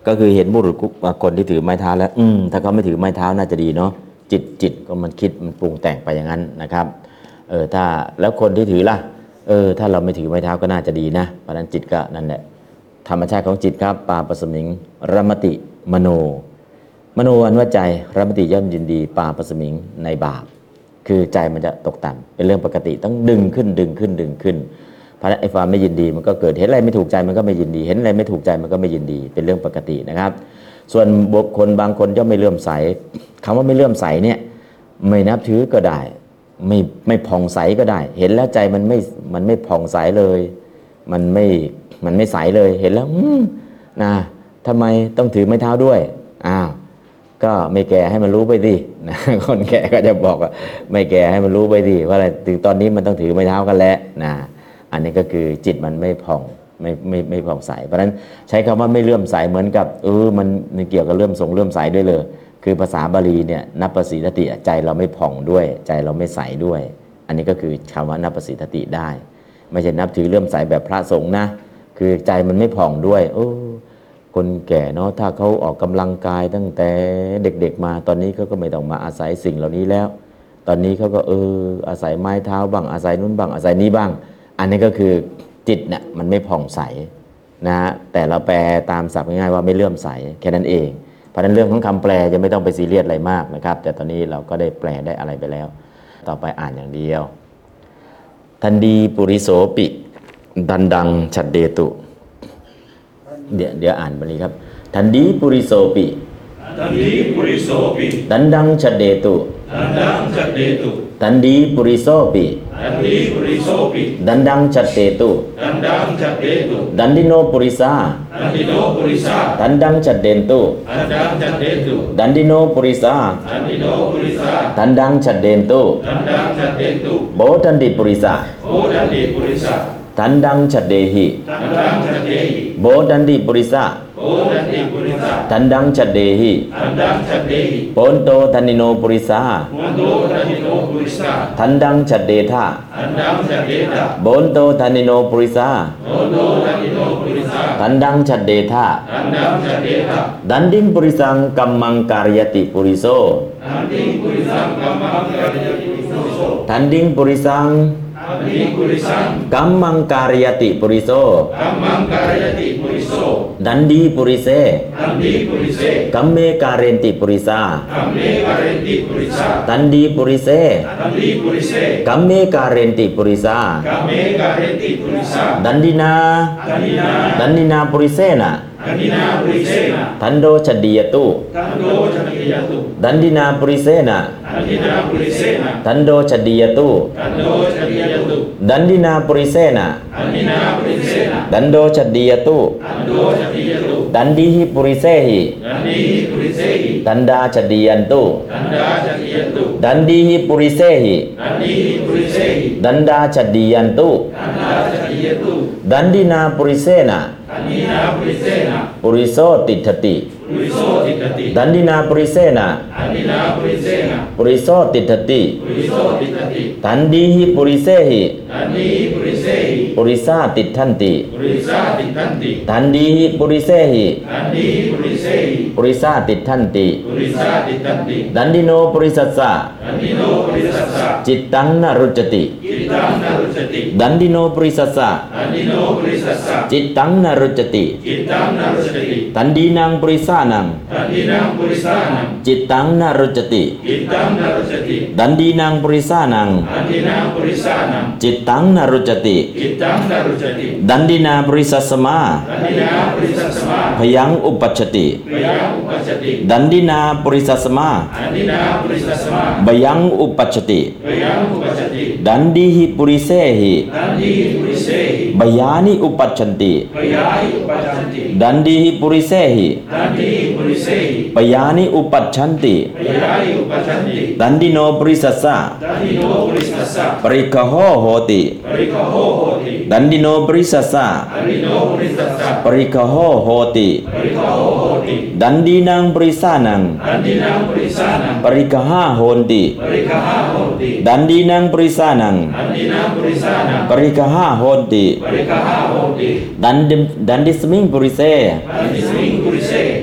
ก็คือเห็นบุรุษคนที่ถือไม้เท้าแล้วอืมถ้าเขาไม่ถือไม้เท้าน่าจะดีเนาะจิตจิตก็มันคิดมันปรุงแต่งไปอย่างนั้นนะครับเออถ้าแล้วคนที่ถือล่ะเออถ้าเราไม่ถือไม้เท้าก็น่าจะดีนะเพราะฉะนั้นจิตก็นั่นแหละธรรมชาติของจิตครับปาปสมิงรมติมโนมโนอันว่าใจรมติย่อมยินดีปาปสมิงในบาปคือใจมันจะตกต่ำเป็นเรื่องปกติต้องดึงขึ้นดึงขึ้นดึงขึ้นเพราะฉะนั้นไอ้ความไม่ยินดีมันก็เกิดเห็นอะไรไม่ถูกใจมันก็ไม่ยินดีเห็นอะไรไม่ถูกใจมันก็ไม่ยินดีเป็นเรื่องปกตินะครับส่วนบุคคลบางคนย่อมไม่เลื่อมใสคำว่าไม่เลื่อมใสเนี่ยไม่นับถือก็ได้ไม่ไม่ผ่องใสก็ได้ เห็นแล้วใจมันไม่มันไม่ผ่องใสเลยมันไม่มันไม่ใสเลยเห็นแล้วนะทำไมต้องถือไม้เท้าด้วยอ้าวก็ไม่แก่ให้มันรู้ไปดินะคนแก่ก็จะบอกว่าไม่แก่ให้มันรู้ไปดิว่าอะไรถึงตอนนี้มันต้องถือไม้เท้ากันแล้วนะอันนี้ก็คือจิตมันไม่ผ่องไม่ไม่ไม่ผ่องใสเพราะฉะนั้นใช้คำว่าไม่เลื่อมใสเหมือนกับเออมันมันเกี่ยวกับเลื่อมสงเลื่อมใสด้วยเลยคือภาษาบาลีเนี่ยนับประสิทธิใจเราไม่ผ่องด้วยใจเราไม่ใสด้วยอันนี้ก็คือคำว่านับประสิทธิได้ไม่ใช่นับถือเลื่อมใสแบบพระสงฆ์นะคือใจมันไม่ผ่องด้วยโอ้คนแก่เนาะถ้าเขาออกกำลังกายตั้งแต่เด็กๆมาตอนนี้เขาก็ไม่ต้องมาอาศัยสิ่งเหล่านี้แล้วตอนนี้เขาก็เอออาศัยไม้เท้าบ้างอาศัยนู้นบ้างอาศัยนี้บ้างอันนี้ก็คือจิตเนี่ยมันไม่ผ่องใสนะฮะแต่เราแปลตามศัพท์ง่ายๆว่าไม่เลื่อมใสแค่นั้นเองเพราะฉะนั้นเรื่องของคำแปลจะไม่ต้องไปซีเรียสอะไรมากนะครับแต่ตอนนี้เราก็ได้แปลได้อะไรไปแล้วต่อไปอ่านอย่างเดียวทันดีปุริโสปิดันดังฉัดเดตุเดี๋ยวเดี๋ยวอ่านบาลีครับทันดีปุริโสปิทันดีปุริโสปิดันดังฉัดเดตุดันดังฉัดเดตุทันดีปุริโสปิทันดีปุริโสปิดันดังฉัดเดตุดันดังฉัดเดตุดันดิโนปุริสาดันดิโนปุริสาดันดังฉัดเดตุดันดังฉัดเดตุดันดิโนปุริสาดันดิโนปุริสาดันดังฉัดเดตุดันดังฉัดเดตุโบทันดิปุริสาโบทันดิปุริสาทันดังฉัดเดหิทันดังฉัดเดหิโบทันดิปุริสาโบทันดิปุริสาทันดังฉัดเดหิทันดังฉัดเดหิโปนโตทันดิโนปุริสาโปนโตทันดิโนปุริสาทันดังฉัดเดธาทันดังฉัดเดธาโบนโตทันดิโนปุริสาโบนโตทันดิโนปุริสาทันดังฉัดเดธาทันดังฉัดเดธาดันดิงปุริสังกัมมังการยติปุริโสดันดิงปุริสังกัมมังการยติปุริโสทันดิงปุริสังกัมมังการยติปุริโสกัมมังการยติปุริโสดันดีปุริเสดันดีปุริเสกัมเมการเรนติปุริสากัมเมการเรนติปุริสาดันดีปุริเสดันดีปุริเสกัมเมการเรนติปุริสากัมเมการเรนติปุริสาดันดินาดันดินาดันดินาปุริเสนะดันดินาปุริเสนะทันโดชดียตุทันโดชดียตุดันดินาปุริเสนะดันดินาปุริเสนะทันโดชดียตุทันโดชดียตุดันดินาปุริเสนะดันดินาปุริเสนะดันโดชดียตุดันโดชดียตุดันดีหิปุริเสหิดันดีหิปุริเสหิดันดาชดียันตุดันดาชดียันตุดันดีหิปุริเสหิดันดีหิปุริเสหิดันดาชดียันตุดันดาชดียันตุดันดินาปุริเสนะดันดินาปุริเสนะปุริโสติทติปุริโสติทติดันดินาปุริเสนะดันดินาปุริเสนะปุริโสติทติปุริโสติทติดันดีหิปุริเสหิดันดีหิปุริเสหิปุริสาติทันติปุริสาติทันติดันดีหิปุริเสหิดันดีหิปุริเสหิปุริสาติทันติปุริสาติทันติดันดิโนปุริสัสสะดันดิโนปุริสัสสะจิตตังนรุจติจิตตังนรุจติดันดิโนปุริสัสสะดันดิโนปุริสัสสะจิตตังนรุจติจิตตังนรุจติดันดีนังปุริสานังดันดีนังปุริสานังจิตตังนรุจติจิตตังนรุจติดันดีนังปุริสานังดันดีนังปุริสานังจิตตังนรุจติจิตตังนรุจติดันดีนาปุริสัสสมาดันดีนาปุริสัสสมาพยังอุปัชชติพยังอุปัชชติดันดีนาปุริสัสสมาดันดีนาปุริสัสสมาพยังอุปัชชติพยังอุปัชชติดันดีหิปุริเสหิดันดีหิปุริเสหิพยานิอุปัชชันติพยานิอุปัชชันติดันดีหิปุริเสหิดันดีหิปุริเสหิพยานิอุปัชชันติพยานิอุปัชชันติดันดิโนปุริสัสสะดันดิโนปุริสัสสะปริคโหโหติปริคโหโหติดันดิโนปุริสัสสะดันดิโนปุริสัสสะปริคโหโหติปริคโหโหติดันดีนังปุริสานังดันดีนังปุริสานังปริคหาโหติปริคหาโหติดันดีนังปุริสานังดันดีนังปุริสานังปริคหาโหติปริคหาโหติดันดิดันดิสมิงปุริเสดันดิสมิงปุริเส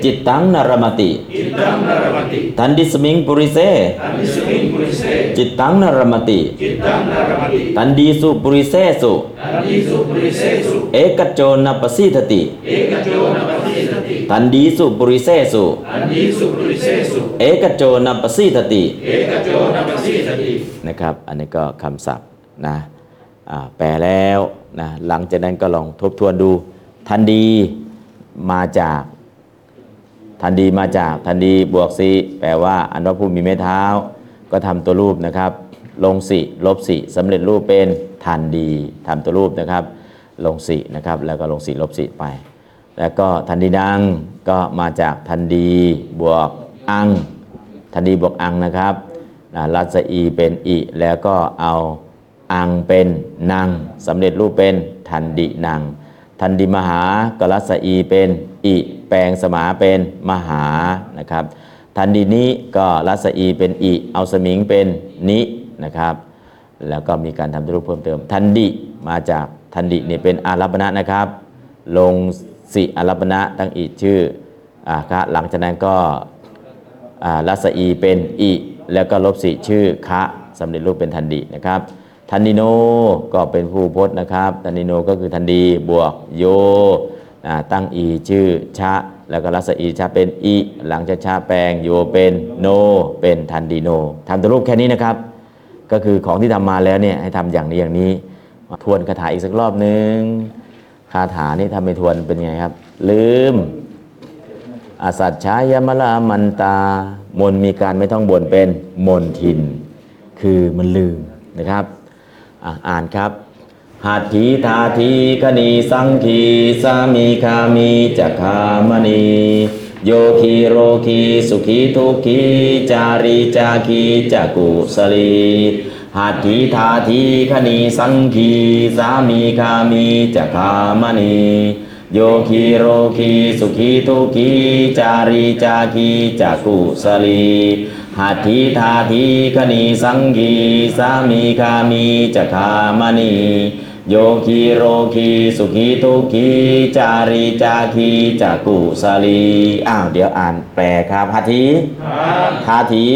จิตตังนารมติจิตตังนารมติทันดิสมิงปุริเสตันดิสมิงปุริเสจิตตังนารมติจิตตังนารมติตันดีสุปุริเสสุตันดิสุปุริเสสุเอกโจนปสิทติเอกโจนปฏิสติตันดีสุปุริเสสุตันดิสุปุริเสสุเอกโจนปสิทติเอกโจนปฏิสตินะครับ อันนี้ก็คำศัพท์นะอ่าแปลแล้วนะหลังจากนั้นก็ลองทบทวนดูทันดีมาจากทันดีมาจากทันดีบวกสีแปลว่าอันว่าผู้มีไม้เท้าก็ทำตัวรูปนะครับลงสิลบสิสำเร็จรูปเป็นทันดีทำตัวรูปนะครับลงสินะครับแล้วก็ลงสิลบสิไป แล้วก็ทันดีดังก็มาจากทันดีบวกอังทันดีบวกอังนะครับรัศอีเป็นอิแล้วก็เอาอังเป็นนังสำเร็จรูปเป็นทันดินังทันดิมหากรัสอีเป็นอิแปลงสมาเป็นมหานะครับทันดินี้ก็รัสอีเป็นอิเอาสมิงเป็นนินะครับแล้วก็มีการทำตัวรูปเพิ่มเติมทันดิมาจากทันดิเนี่ยเป็นอารัปณะนะครับลงสิอารัปณะตั้งอิชื่ออ่าคะหลังจากนั้นก็อ่ารัสอีเป็นอิแล้วก็ลบสิชื่อคะสำเร็จรูปเป็นทันดินะครับทันดิโนก็เป็นผู้พจน์นะครับทันดิโนก็คือทันดีบวกโยตั้งอีชื่อชะแล้วก็รัศอีชะเป็นอีหลังจากชะแปลงโยเป็นโนเป็นทันดิโนทำตัวรูปแค่นี้นะครับก็คือของที่ทำมาแล้วเนี่ยให้ทำอย่างนี้อย่างนี้ทวนคาถาอีกสักรอบนึงคาถานี่ทำไม่ทวนเป็นไงครับลืมอสัจฉายมละมันตามนมีการไม่ต้องบ่นเป็นมนทินคือมันลืมนะครับอ่านครับหัตถีทาทีคณีสังคีสามีคามีจักขามณีโยคีโรคีสุขีทุกขีจารีจาคีจักกุสลีหัตถีทาทีคณีสังคีสามีคามีจักขามณีโยคีโรคีสุขีทุกขีจารีจาคีจักกุสลีหัตถีทาทีคณีสังคีสามีคามีจักขามณีโยคีโรคีสุขีทุกขีจารีจาคีจักกุสลีอ้าวเดี๋ยวอ่านแปลครับหัตถีทาที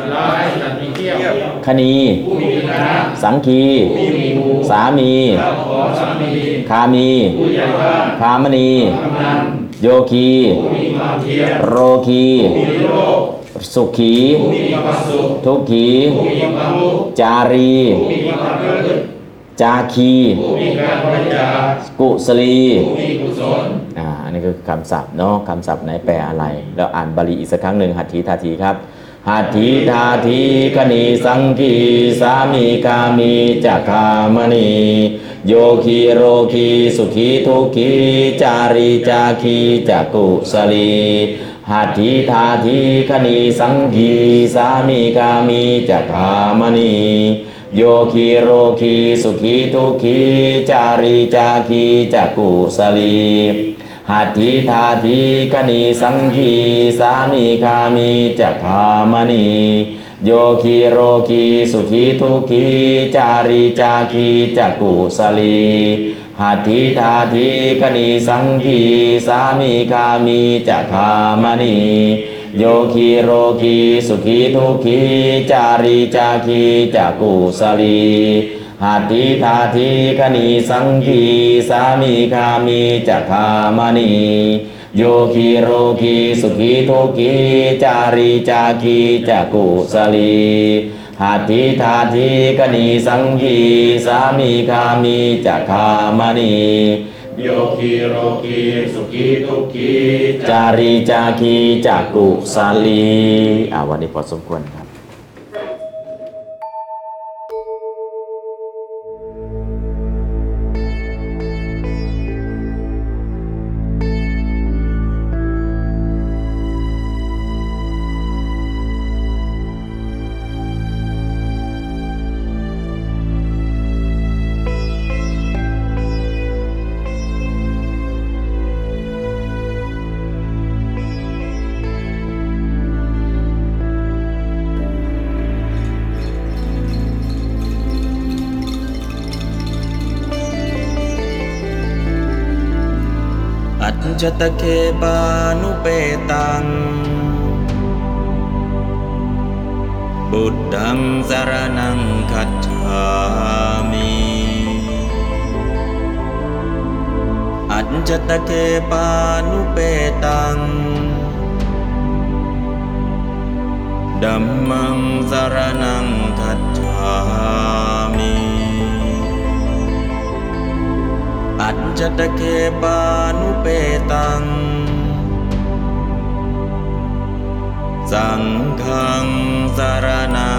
คณีสังคีสามีคามีคามณีโยคีโรคีสุขีทุกขีจารีจาคีกุสลีอ่าอันนี้คือคำศัพท์เนาะคำศัพท์ไหนแปลอะไรแล้วอ่านบาลีอีกสักครั้งหนึ่งหัตถีทาทีครับหัตถีทาทีคณีสังคีสามีกามีจักขามณีโยคีโรคีสุขีทุกขีจารีจาคีจักกุสลีหัตถีทาทีคณีสังคีสามีกามีจักขามณีโยคีโรคีสุขีทุกขีจารีจาคีจักกุสลีหัตถีทาทีคณีสังคีสามีคามีจักขามณีโยคีโรคีสุขีทุกขีจารีจาคีจักกุสลีหัตถีทาทีคณีสังคีสามีคามีจักขามณีโยคีโรคีสุขีทุกขีจารีจาคีจักกุสลีหัตถีทาทีคณีสังคีสามีคามีจักขามณีโยคีโรคีสุขีทุกขีจารีจาคีจักกุสลีหัตถีทาทีคณีสังคีสามีคามีจักขามณีโยคีโรคีสุขีทุกขีจารีจาคีจักกุสลีอ่าวันนี้พอสมควรครับจตเคปานุเปตังบุตตังสรณังคัจฉามิอัจจตเคปานุเปตังธัมมังสรณังคัจฉามิอัจจตเคปานุเปตังสังฆังสรณั